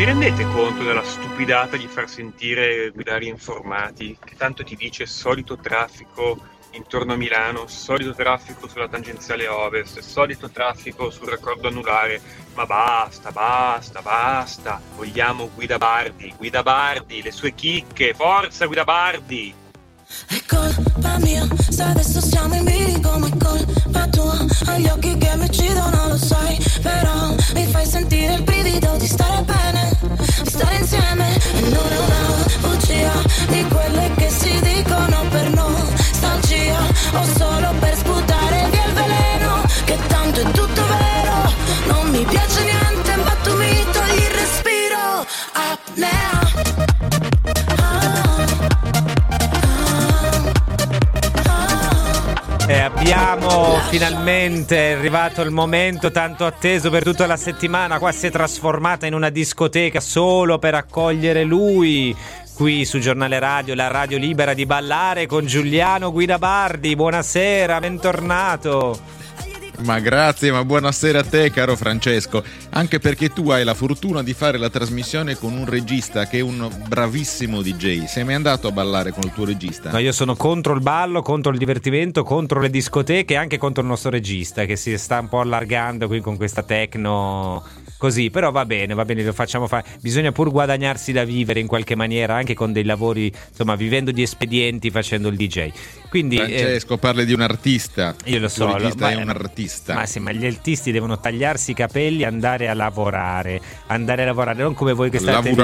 vi rendete conto della stupidata di far sentire guidare informati, che tanto ti dice solito traffico intorno a Milano, solito traffico sulla tangenziale ovest, solito traffico sul raccordo anulare, ma basta, vogliamo Guida Bardi, le sue chicche, forza Guida Bardi! È colpa mia, se adesso siamo in bilico, ma è colpa tua. Hai gli occhi che mi uccidono, lo sai, però mi fai sentire il brivido di stare bene, di stare insieme. E non è una bugia di quelle che si dicono per nostalgia, o solo per sputare via il veleno, che tanto è tutto vero. Non mi piace niente, ma tu mi togli il respiro. Apnea. E abbiamo finalmente arrivato il momento tanto atteso per tutta la settimana. Qua si è trasformata in una discoteca solo per accogliere lui. Qui su Giornale Radio, la radio libera di ballare con Giuliano Guida Bardi. Buonasera, bentornato. Ma grazie, ma buonasera a te, caro Francesco, anche perché tu hai la fortuna di fare la trasmissione con un regista che è un bravissimo DJ. Sei mai andato a ballare con il tuo regista? No, io sono contro il ballo, contro il divertimento, contro le discoteche e anche contro il nostro regista che si sta un po' allargando qui con questa techno così, però va bene, lo facciamo fare. Bisogna pur guadagnarsi da vivere in qualche maniera, anche con dei lavori, insomma, vivendo di espedienti, facendo il DJ. Quindi Francesco, parli di un artista. Io lo so, il regista è un artista. Ma sì, ma gli artisti devono tagliarsi i capelli e andare a lavorare, non come voi che state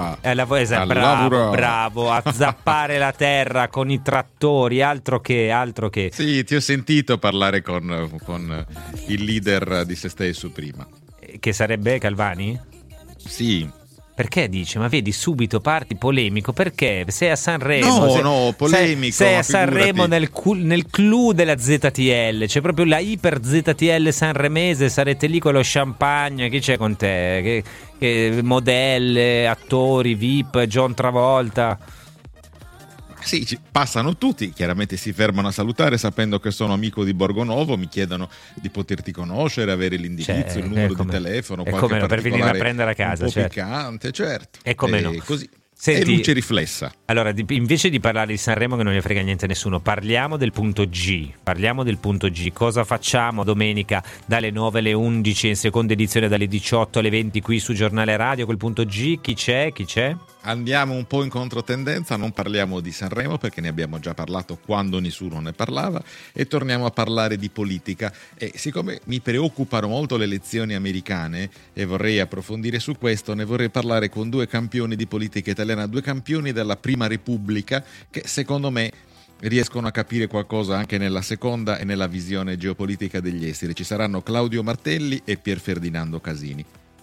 bravo, a zappare la terra con i trattori, altro che. Sì, ti ho sentito parlare con il leader di Se Stesso prima. Che sarebbe Calvani? Sì. Perché dice? Ma vedi, subito parti polemico. Perché? Sei a Sanremo. No, polemico. Sei a Sanremo nel clou della ZTL. C'è proprio la iper ZTL sanremese. Sarete lì con lo champagne. Chi c'è con te? Che modelle, attori, VIP, John Travolta. Sì, passano tutti, chiaramente si fermano a salutare sapendo che sono amico di Borgonovo, mi chiedono di poterti conoscere, avere l'indirizzo, il numero di telefono, qualche per venire a prendere a casa, un po' piccante, certo. E come no. Così. Senti, e luce riflessa. Allora, invece di parlare di Sanremo che non ne frega niente a nessuno, parliamo del punto G. Cosa facciamo domenica dalle 9 alle 11 in seconda edizione, dalle 18 alle 20 qui su Giornale Radio, quel punto G? Chi c'è? Andiamo un po' in controtendenza, non parliamo di Sanremo perché ne abbiamo già parlato quando nessuno ne parlava e torniamo a parlare di politica. E siccome mi preoccupano molto le elezioni americane e vorrei approfondire su questo, ne vorrei parlare con due campioni di politica italiana, due campioni della Prima Repubblica che secondo me riescono a capire qualcosa anche nella seconda e nella visione geopolitica degli esteri. Ci saranno Claudio Martelli e Pier Ferdinando Casini.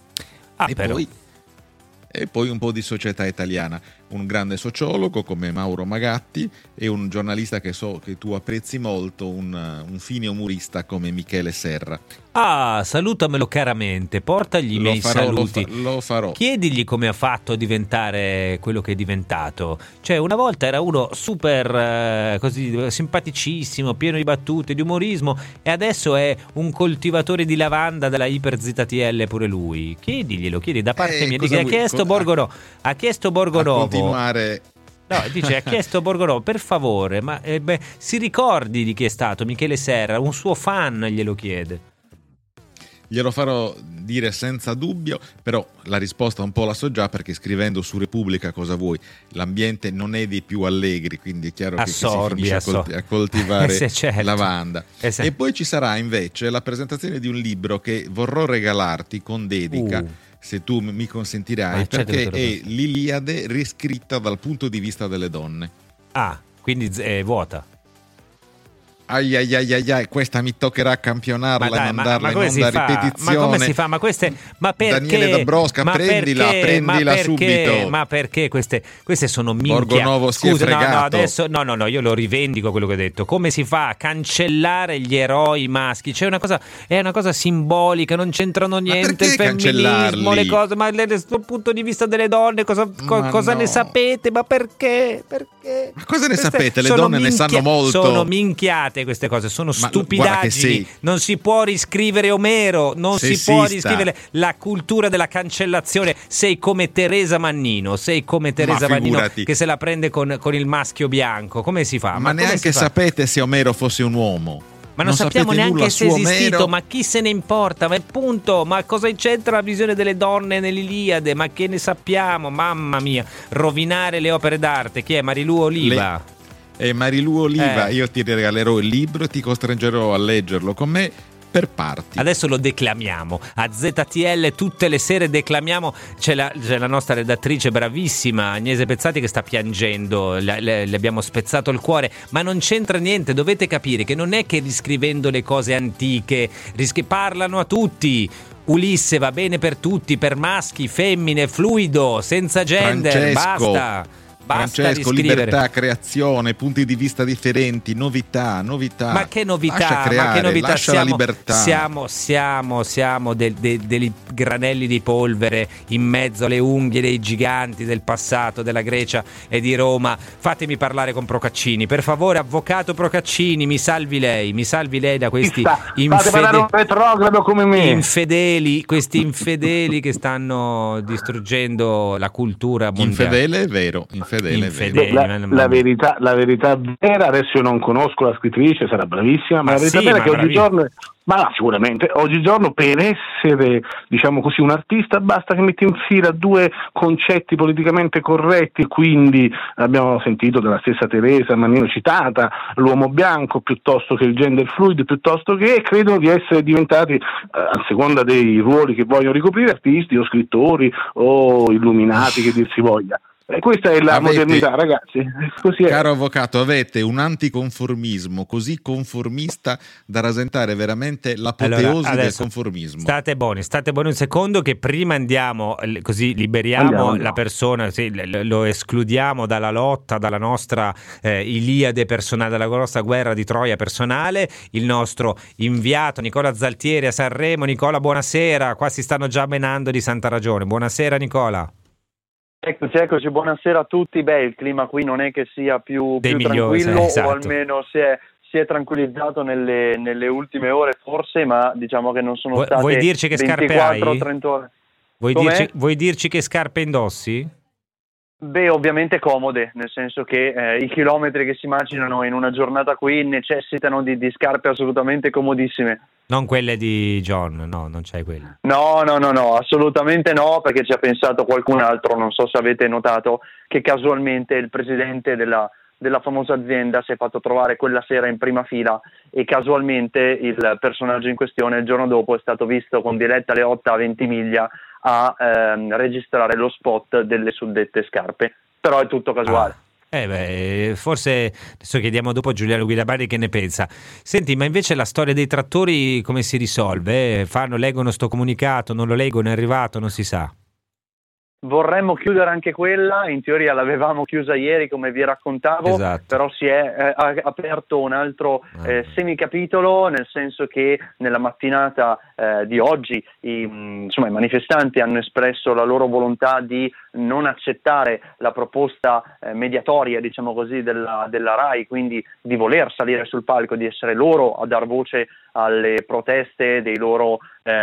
E poi un po' di società italiana, un grande sociologo come Mauro Magatti e un giornalista che so che tu apprezzi molto, un fine umorista come Michele Serra. Salutamelo caramente, portagli i miei saluti. Lo farò. Chiedigli come ha fatto a diventare quello che è diventato. Cioè, una volta era uno super così simpaticissimo, pieno di battute, di umorismo, e adesso è un coltivatore di lavanda della Iper ZTL pure lui. Chiedi da parte mia. Ha chiesto Borgonovo. A continuare. No, dice, ha chiesto Borgonovo, per favore, ma si ricordi di chi è stato Michele Serra, un suo fan glielo chiede. Glielo farò dire senza dubbio, però la risposta un po' la so già perché scrivendo su Repubblica cosa vuoi, l'ambiente non è dei più allegri, quindi è chiaro che si finisce a coltivare certo. lavanda. E poi ci sarà invece la presentazione di un libro che vorrò regalarti con dedica, se tu mi consentirai, perché è l'Iliade riscritta dal punto di vista delle donne. Quindi è vuota. Ai, questa mi toccherà campionarla e mandarla in onda a ripetizione. Ma come si fa? Ma perché? Daniele Dabrowska, prendila subito. Ma perché queste sono minchia? Borgonovo si è fregato. No, io lo rivendico quello che ho detto. Come si fa a cancellare gli eroi maschi? C'è è una cosa simbolica, non c'entrano niente il femminismo, le cose, ma dal punto di vista delle donne cosa ne sapete? Ma perché? Ma cosa ne sapete? Le donne ne sanno molto. Sono minchiate fate queste cose, sono stupidaggini, non si può riscrivere Omero, non si può riscrivere la cultura della cancellazione. Sei come Teresa Mannino, che se la prende con il maschio bianco. Come si fa? Ma neanche sapete se Omero fosse un uomo. Ma non sappiamo neanche se è esistito, ma chi se ne importa? Ma punto, ma cosa c'entra la visione delle donne nell'Iliade? Ma che ne sappiamo? Mamma mia, rovinare le opere d'arte. Chi è? Marilu Oliva? Marilu Oliva, io ti regalerò il libro e ti costringerò a leggerlo con me per parti. Adesso lo declamiamo a ZTL, tutte le sere declamiamo. C'è la nostra redattrice bravissima Agnese Pezzati che sta piangendo, le abbiamo spezzato il cuore, ma non c'entra niente. Dovete capire che non è che riscrivendo le cose antiche parlano a tutti. Ulisse va bene per tutti, per maschi, femmine, fluido, senza gender. Basta Francesco, riscrivere. Libertà, creazione, punti di vista differenti, novità. Ma che novità? Lascia creare, ma che novità? lascia la libertà. Siamo dei granelli di polvere in mezzo alle unghie dei giganti del passato della Grecia e di Roma. Fatemi parlare con Procaccini, per favore, avvocato Procaccini, mi salvi lei da questi retrogrado come me. questi infedeli che stanno distruggendo la cultura mondiale. Infedele è vero. La verità vera, adesso io non conosco la scrittrice, sarà bravissima, ma la verità vera è che oggigiorno, sicuramente oggigiorno per essere, diciamo così, un artista basta che metti in fila due concetti politicamente corretti. Quindi abbiamo sentito della stessa Teresa Mannino citata l'uomo bianco piuttosto che il gender fluid, piuttosto che credono di essere diventati, a seconda dei ruoli che vogliono ricoprire, artisti o scrittori o illuminati, che dir si voglia. Questa è la modernità, ragazzi. Così è. Caro avvocato, avete un anticonformismo così conformista da rasentare veramente l'apoteosi del conformismo. State buoni un secondo, che prima andiamo, così liberiamo la persona, lo escludiamo dalla lotta, dalla nostra Iliade personale, dalla nostra guerra di Troia personale. Il nostro inviato Nicola Zaltieri a Sanremo. Nicola, buonasera. Qua si stanno già menando di santa ragione. Buonasera Nicola. Eccoci, buonasera a tutti. Il clima qui non è che sia più tranquillo, esatto. O almeno si è tranquillizzato nelle ultime ore forse, ma diciamo che non sono state vuoi dirci che 24-30 ore. Vuoi dirci che scarpe indossi? Ovviamente comode, nel senso che i chilometri che si macinano in una giornata qui necessitano di scarpe assolutamente comodissime. Non quelle di John, no, non c'hai quelle. No, assolutamente no, perché ci ha pensato qualcun altro. Non so se avete notato che casualmente il presidente della famosa azienda si è fatto trovare quella sera in prima fila, e casualmente il personaggio in questione il giorno dopo è stato visto con Diletta Leotta a Ventimiglia a registrare lo spot delle suddette scarpe. Però è tutto casuale. Forse adesso chiediamo dopo a Giuliano Guidabari che ne pensa. Senti, ma invece la storia dei trattori come si risolve? Leggono sto comunicato, non lo leggono, è arrivato, non si sa. Vorremmo chiudere anche quella, in teoria l'avevamo chiusa ieri come vi raccontavo, esatto. Però si è aperto un altro semicapitolo, nel senso che nella mattinata di oggi i manifestanti hanno espresso la loro volontà di non accettare la proposta mediatoria, diciamo così, della RAI, quindi di voler salire sul palco, di essere loro a dar voce alle proteste del loro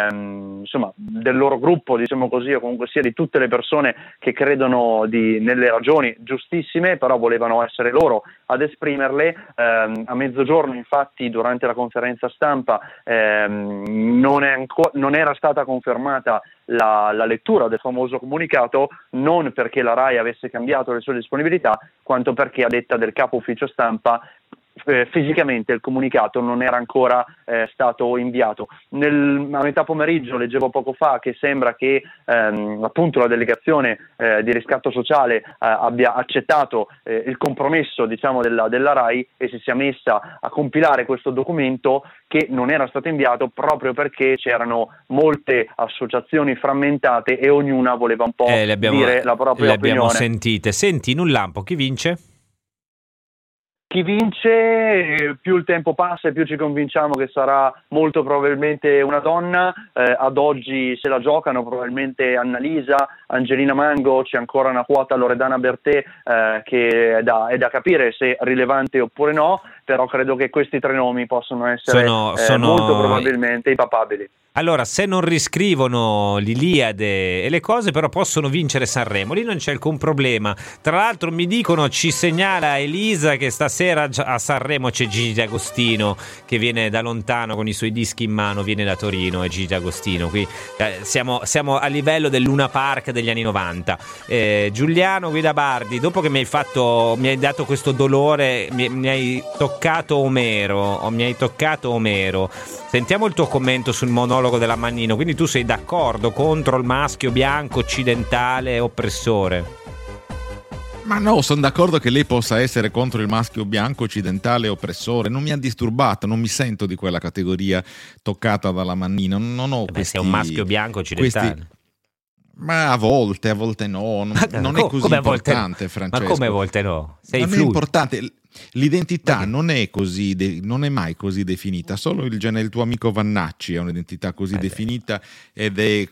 gruppo, diciamo così, o comunque sia di tutte le persone che credono nelle ragioni giustissime, però volevano essere loro ad esprimerle. A mezzogiorno, infatti, durante la conferenza stampa non era stata confermata la lettura del famoso comunicato, non perché la RAI avesse cambiato le sue disponibilità, quanto perché, a detta del capo ufficio stampa, fisicamente il comunicato non era ancora stato inviato. A metà pomeriggio leggevo poco fa che sembra che appunto la delegazione di riscatto sociale abbia accettato il compromesso, diciamo, della RAI, e si sia messa a compilare questo documento che non era stato inviato proprio perché c'erano molte associazioni frammentate e ognuna voleva un po' dire la propria opinione. Le abbiamo sentite. Senti, in un lampo chi vince? chi vince, più il tempo passa e più ci convinciamo che sarà molto probabilmente una donna. Ad oggi se la giocano probabilmente Annalisa, Angelina Mango, c'è ancora una quota Loredana Bertè che è da capire se rilevante oppure no, però credo che questi 3 nomi possono essere molto probabilmente i papabili. Allora, se non riscrivono l'Iliade e le cose, però possono vincere Sanremo, lì non c'è alcun problema. Tra l'altro mi dicono, ci segnala Elisa, che stasera a Sanremo c'è Gigi D'Agostino, che viene da lontano con i suoi dischi in mano, viene da Torino, è Gigi D'Agostino. Qui siamo a livello del Luna Park degli anni 90. Giuliano Guidabardi, dopo che mi hai dato questo dolore, mi hai toccato Omero. Sentiamo il tuo commento sul monologo della Mannino. Quindi tu sei d'accordo contro il maschio bianco occidentale oppressore? Ma no, sono d'accordo che lei possa essere contro il maschio bianco occidentale oppressore. Non mi ha disturbato, non mi sento di quella categoria toccata dalla Mannino. Non ho questi, sei un maschio bianco occidentale. Ma a volte no. Non è così importante, Francesco. Ma come a volte no? Sei non è importante. L'identità non è mai così definita. Solo il tuo amico Vannacci ha un'identità così definita ed è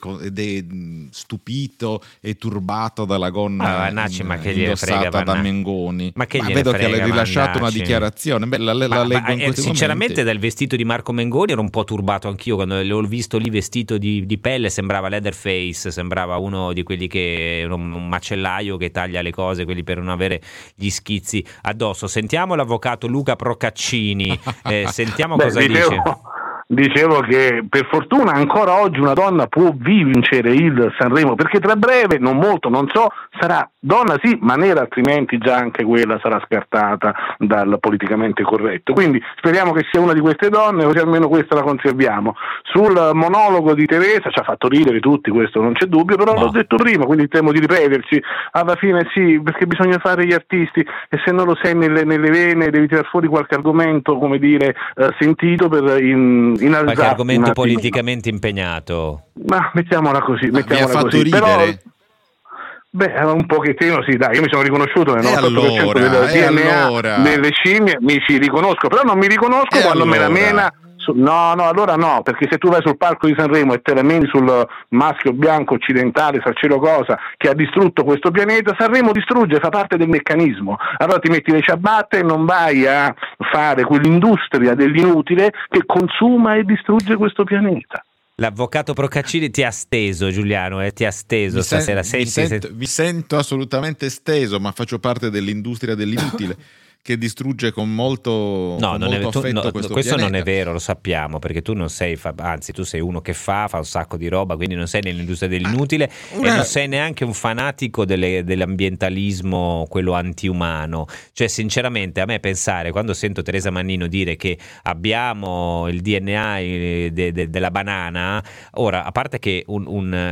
stupito e turbato dalla gonna indossata da Mengoni. Ma vedo che l'hai rilasciato una dichiarazione. La leggo in questi sinceramente momenti. Dal vestito di Marco Mengoni ero un po' turbato anch'io quando l'ho visto lì vestito di pelle. Sembrava Leatherface, sembrava uno di quelli un macellaio che taglia le cose, quelli per non avere gli schizzi addosso. Sentiamo l'avvocato Luca Procaccini, sentiamo cosa dice. Dicevo che per fortuna ancora oggi una donna può vincere il Sanremo, perché tra breve, non molto, non so, sarà donna sì, ma nera, altrimenti già anche quella sarà scartata dal politicamente corretto. Quindi speriamo che sia una di queste donne, così almeno questa la conserviamo. Sul monologo di Teresa ci ha fatto ridere tutti, questo non c'è dubbio, però l'ho detto prima, quindi temo di ripeterci. Alla fine sì, perché bisogna fare gli artisti e se non lo sei nelle vene devi tirar fuori qualche argomento, come dire, sentito per qualche argomento politicamente impegnato. Ma mettiamola così. Mi ha fatto ridere. Però, un pochettino sì, dai, io mi sono riconosciuto nel 98% del DNA delle scimmie, mi ci riconosco, però non mi riconosco quando me la mena. No, allora no, perché se tu vai sul palco di Sanremo e te la meni sul maschio bianco occidentale, sa cielo cosa, che ha distrutto questo pianeta, Sanremo distrugge, fa parte del meccanismo. Allora ti metti le ciabatte e non vai a fare quell'industria dell'inutile che consuma e distrugge questo pianeta. L'avvocato Procaccini ti ha steso, Giuliano, ti ha steso stasera. Mi sento assolutamente steso, ma faccio parte dell'industria dell'inutile che distrugge con molto affetto questo pianeta. Non è vero, lo sappiamo, perché tu non sei anzi tu sei uno che fa un sacco di roba, quindi non sei nell'industria dell'inutile e non sei neanche un fanatico dell'ambientalismo, quello antiumano. Cioè sinceramente a me pensare, quando sento Teresa Mannino dire che abbiamo il DNA della banana, ora a parte che un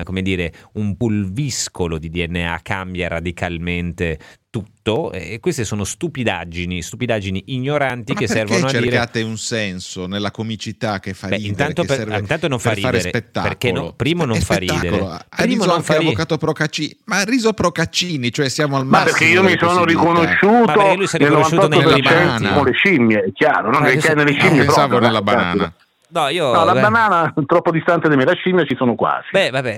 pulviscolo di DNA cambia radicalmente tutto, e queste sono stupidaggini ignoranti che servono a dire. Ma cercate un senso nella comicità che fa ridere, intanto non fa ridere, fare spettacolo, perché primo non fa ridere. Ha riso anche l'avvocato Procaccini, ma ha riso Procaccini, cioè siamo al massimo. Ma perché io mi sono riconosciuto lui si è riconosciuto nelle banane con le scimmie, è chiaro, no? Nelle scimmie pensavo nella banana. No, la banana troppo distante da me, la scimmia ci sono quasi.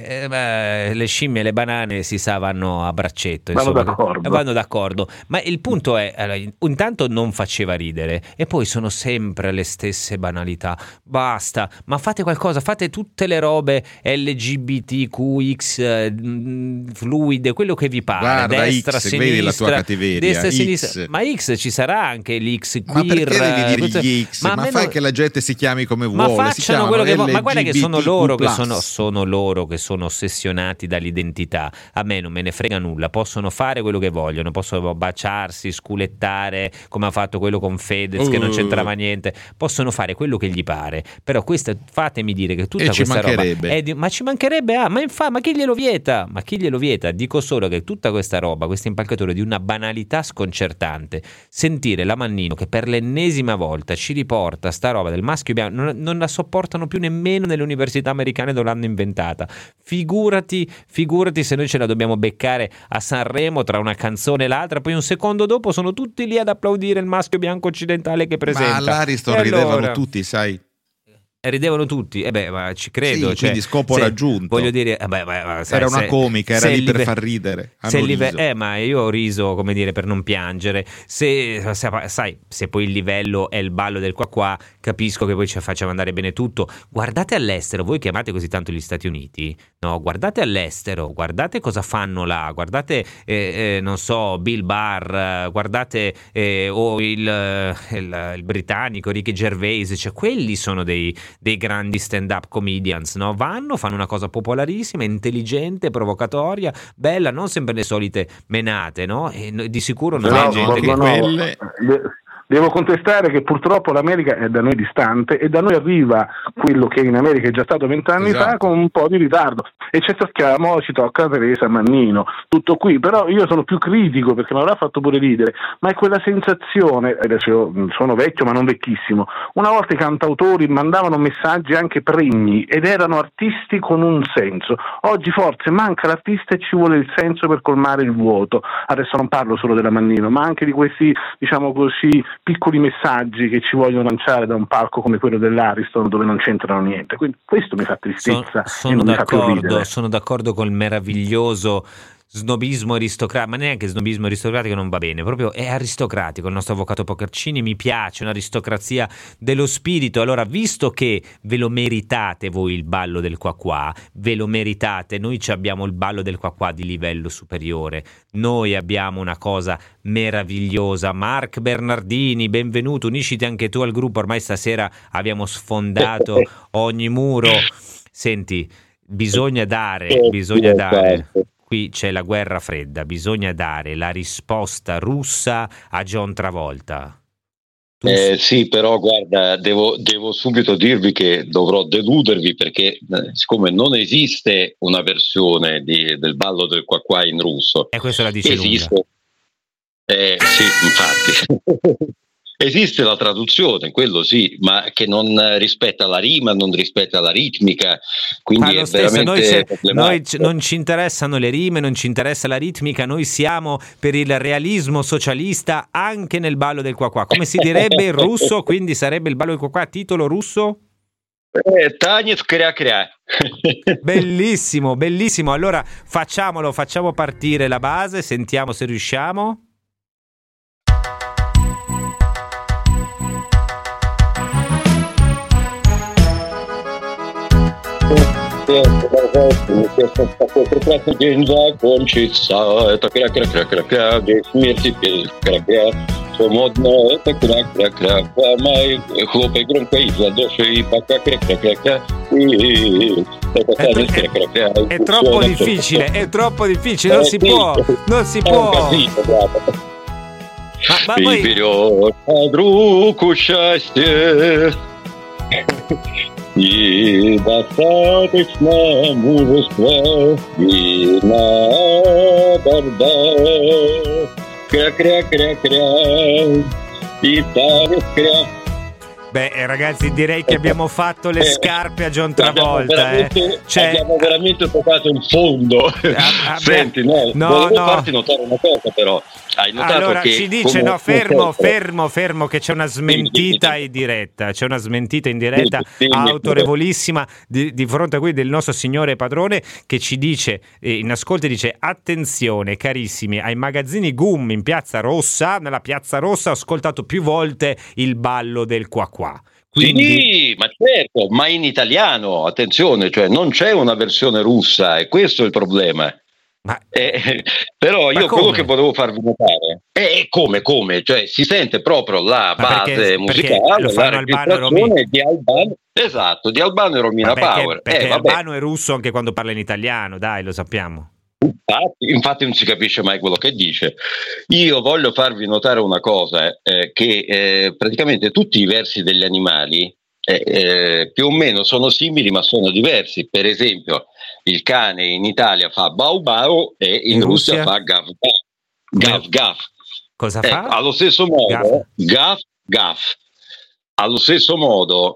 Le scimmie e le banane si sa vanno a braccetto, vanno d'accordo. Ma il punto è, intanto non faceva ridere e poi sono sempre le stesse banalità. Basta, ma fate qualcosa, fate tutte le robe LGBTQX fluide, quello che vi pare. Guarda, destra, X, sinistra, vedi la tua cattiveria, destra, X. sinistra. Ma X ci sarà anche l'X queer. Ma perché devi dire gli X? Ma fai che la gente si chiami come vuole. Ma facciano quello che ma guarda che sono loro che sono ossessionati dall'identità. A me non me ne frega nulla, possono fare quello che vogliono, possono baciarsi, sculettare come ha fatto quello con Fedez che non c'entrava niente, possono fare quello che gli pare, però fatemi dire che tutta questa roba ma ci mancherebbe, ma chi glielo vieta? Dico solo che tutta questa roba, questa impalcatura di una banalità sconcertante, sentire la Mannino che per l'ennesima volta ci riporta sta roba del maschio bianco, non la sopportano più nemmeno nelle università americane dove l'hanno inventata. Figurati se noi ce la dobbiamo beccare a Sanremo tra una canzone e l'altra, poi un secondo dopo sono tutti lì ad applaudire il maschio bianco occidentale che presenta. Ma all'Ariston ridevano tutti, sai. Ridevano tutti, ma ci credo. Sì, quindi scopo raggiunto. Voglio dire, era una comica, era lì per far ridere. Ma io ho riso, come dire, per non piangere. Se poi il livello è il ballo del qua, capisco che poi ci facciamo andare bene tutto. Guardate all'estero, voi che amate così tanto gli Stati Uniti, no? Guardate all'estero, guardate cosa fanno là, guardate, non so, Bill Barr, guardate o il britannico Ricky Gervais, cioè quelli sono dei grandi stand-up comedians, no? Fanno una cosa popolarissima, intelligente, provocatoria, bella, non sempre le solite menate, no? E di sicuro non è gente che quelle... Devo contestare che purtroppo l'America è da noi distante e da noi arriva quello che in America è già stato 20 anni fa con un po' di ritardo, e ci tocchiamo, ci tocca Teresa Mannino, tutto qui. Però io sono più critico, perché mi avrà fatto pure ridere, ma è quella sensazione, adesso sono vecchio ma non vecchissimo, una volta i cantautori mandavano messaggi anche pregni ed erano artisti con un senso. Oggi forse manca l'artista e ci vuole il senso per colmare il vuoto. Adesso non parlo solo della Mannino, ma anche di questi, diciamo così, piccoli messaggi che ci vogliono lanciare da un palco come quello dell'Ariston, dove non c'entrano niente. Quindi questo mi fa tristezza. Sono d'accordo col meraviglioso snobismo aristocratico, ma neanche snobismo aristocratico non va bene, proprio è aristocratico il nostro avvocato Poccarcini, mi piace, un'aristocrazia dello spirito. Allora, visto che ve lo meritate voi il ballo del qua, ve lo meritate, noi abbiamo il ballo del qua di livello superiore, noi abbiamo una cosa meravigliosa. Mark Bernardini, benvenuto, unisciti anche tu al gruppo, ormai stasera abbiamo sfondato ogni muro. Senti, bisogna dare. Qui c'è la guerra fredda, bisogna dare la risposta russa a John Travolta. Sì, però guarda, devo subito dirvi che dovrò deludervi, perché siccome non esiste una versione del ballo del qua in russo. E questo la dice esiste. Sì, infatti. Esiste la traduzione, quello sì, ma che non rispetta la rima, non rispetta la ritmica, quindi è veramente noi non ci interessano le rime, non ci interessa la ritmica, noi siamo per il realismo socialista anche nel ballo del qua. Come si direbbe in russo? Quindi sarebbe il ballo del qua, titolo russo? Tanez Krea. Bellissimo, bellissimo. Allora facciamo partire la base, sentiamo se riusciamo. Прекрасный день закончится. Это кря-кря-кря-кря-кря, здесь смерти кря-кря. Все модно, это кря-кря-кря. Май, хлопай громко и в ладоши, и пока кря-кря-кря-кря. Это танец кря-кря-кря. È troppo difficile, non si può. Ma poi... Вперед под руку счастье. И достаточно мужества, и надо, кря-кря-кря-кря, и танец кря. Beh, ragazzi, direi che abbiamo fatto le scarpe a John Travolta. Abbiamo veramente toccato il fondo. Senti, volevo farti notare una cosa, però. Hai notato allora che ci dice fermo che c'è una smentita in diretta, autorevolissima di fronte a qui del nostro signore padrone, che ci dice in ascolto, dice: attenzione carissimi, ai magazzini GUM in Piazza Rossa, nella Piazza Rossa ho ascoltato più volte il ballo del qua. Quindi... Sì, ma certo, ma in italiano, attenzione, cioè non c'è una versione russa, e questo è il problema. Però io quello che volevo farvi notare è come, cioè si sente proprio la base musicale, la registrazione di Albano, esatto, di Albano e Romina Power. Perché Albano è russo anche quando parla in italiano, dai, lo sappiamo. Infatti non si capisce mai quello che dice. Io voglio farvi notare una cosa, che praticamente tutti i versi degli animali più o meno sono simili, ma sono diversi. Per esempio, il cane in Italia fa bau bau e in Russia fa gaf gaf. Cosa fa? Allo stesso modo, gaf gaf. allo stesso modo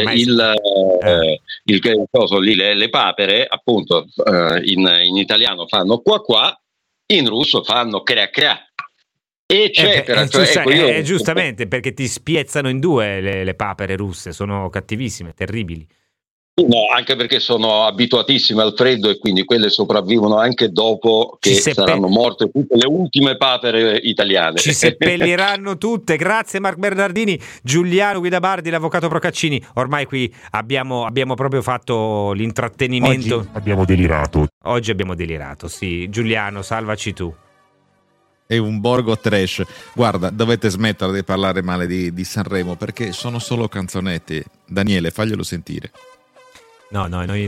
le papere, appunto, in italiano fanno qua, in russo fanno crea. E giustamente, perché ti spiezzano in due le papere russe, sono cattivissime, terribili. No, anche perché sono abituatissime al freddo e quindi quelle sopravvivono anche dopo che saranno morte tutte le ultime papere italiane. Ci seppelliranno tutte. Grazie Marc Bernardini, Giuliano Guidabardi, l'avvocato Procaccini. Ormai qui abbiamo proprio fatto l'intrattenimento. Oggi abbiamo delirato, sì. Giuliano, salvaci tu. È un borgo trash. Guarda, dovete smettere di parlare male di Sanremo, perché sono solo canzonetti. Daniele, faglielo sentire. No.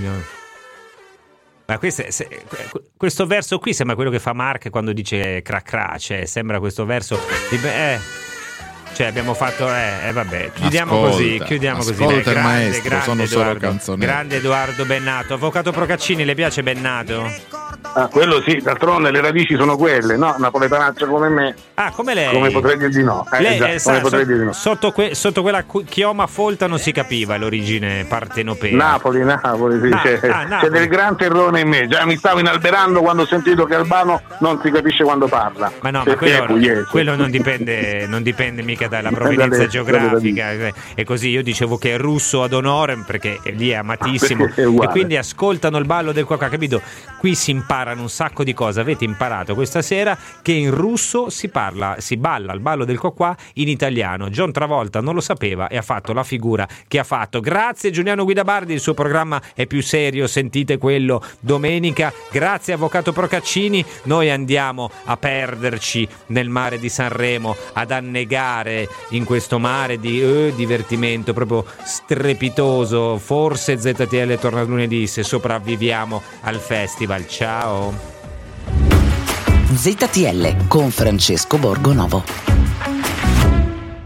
Ma questo verso qui sembra quello che fa Mark quando dice cra, cioè sembra questo verso cioè abbiamo fatto vabbè, chiudiamo così. Ascolta il maestro, sono solo canzonetti. Grande Edoardo Bennato. Avvocato Procaccini, le piace Bennato? Quello sì, d'altronde le radici sono quelle, no? Napoletanaccio come me. Come lei? Come potrei dir di no? Potrei dire di no. Sotto quella chioma folta non si capiva l'origine partenopea. Napoli, sì, c'è del gran terrone in me. Già mi stavo inalberando quando ho sentito che Albano non si capisce quando parla. Ma no, ma quello non dipende mica dalla provenienza geografica. E così io dicevo che è russo ad honorem, perché lì è amatissimo. E quindi ascoltano il ballo del qua, capito? Qui si imparano un sacco di cose. Avete imparato questa sera che in russo si balla il ballo del qua in italiano. John Travolta non lo sapeva e ha fatto la figura che ha fatto. Grazie Giuliano Guidabardi, il suo programma è più serio, sentite quello domenica. Grazie avvocato Procaccini. Noi andiamo a perderci nel mare di Sanremo, ad annegare in questo mare di divertimento proprio strepitoso. Forse ZTL torna lunedì se sopravviviamo al festival. Ciao. ZTL con Francesco Borgonovo.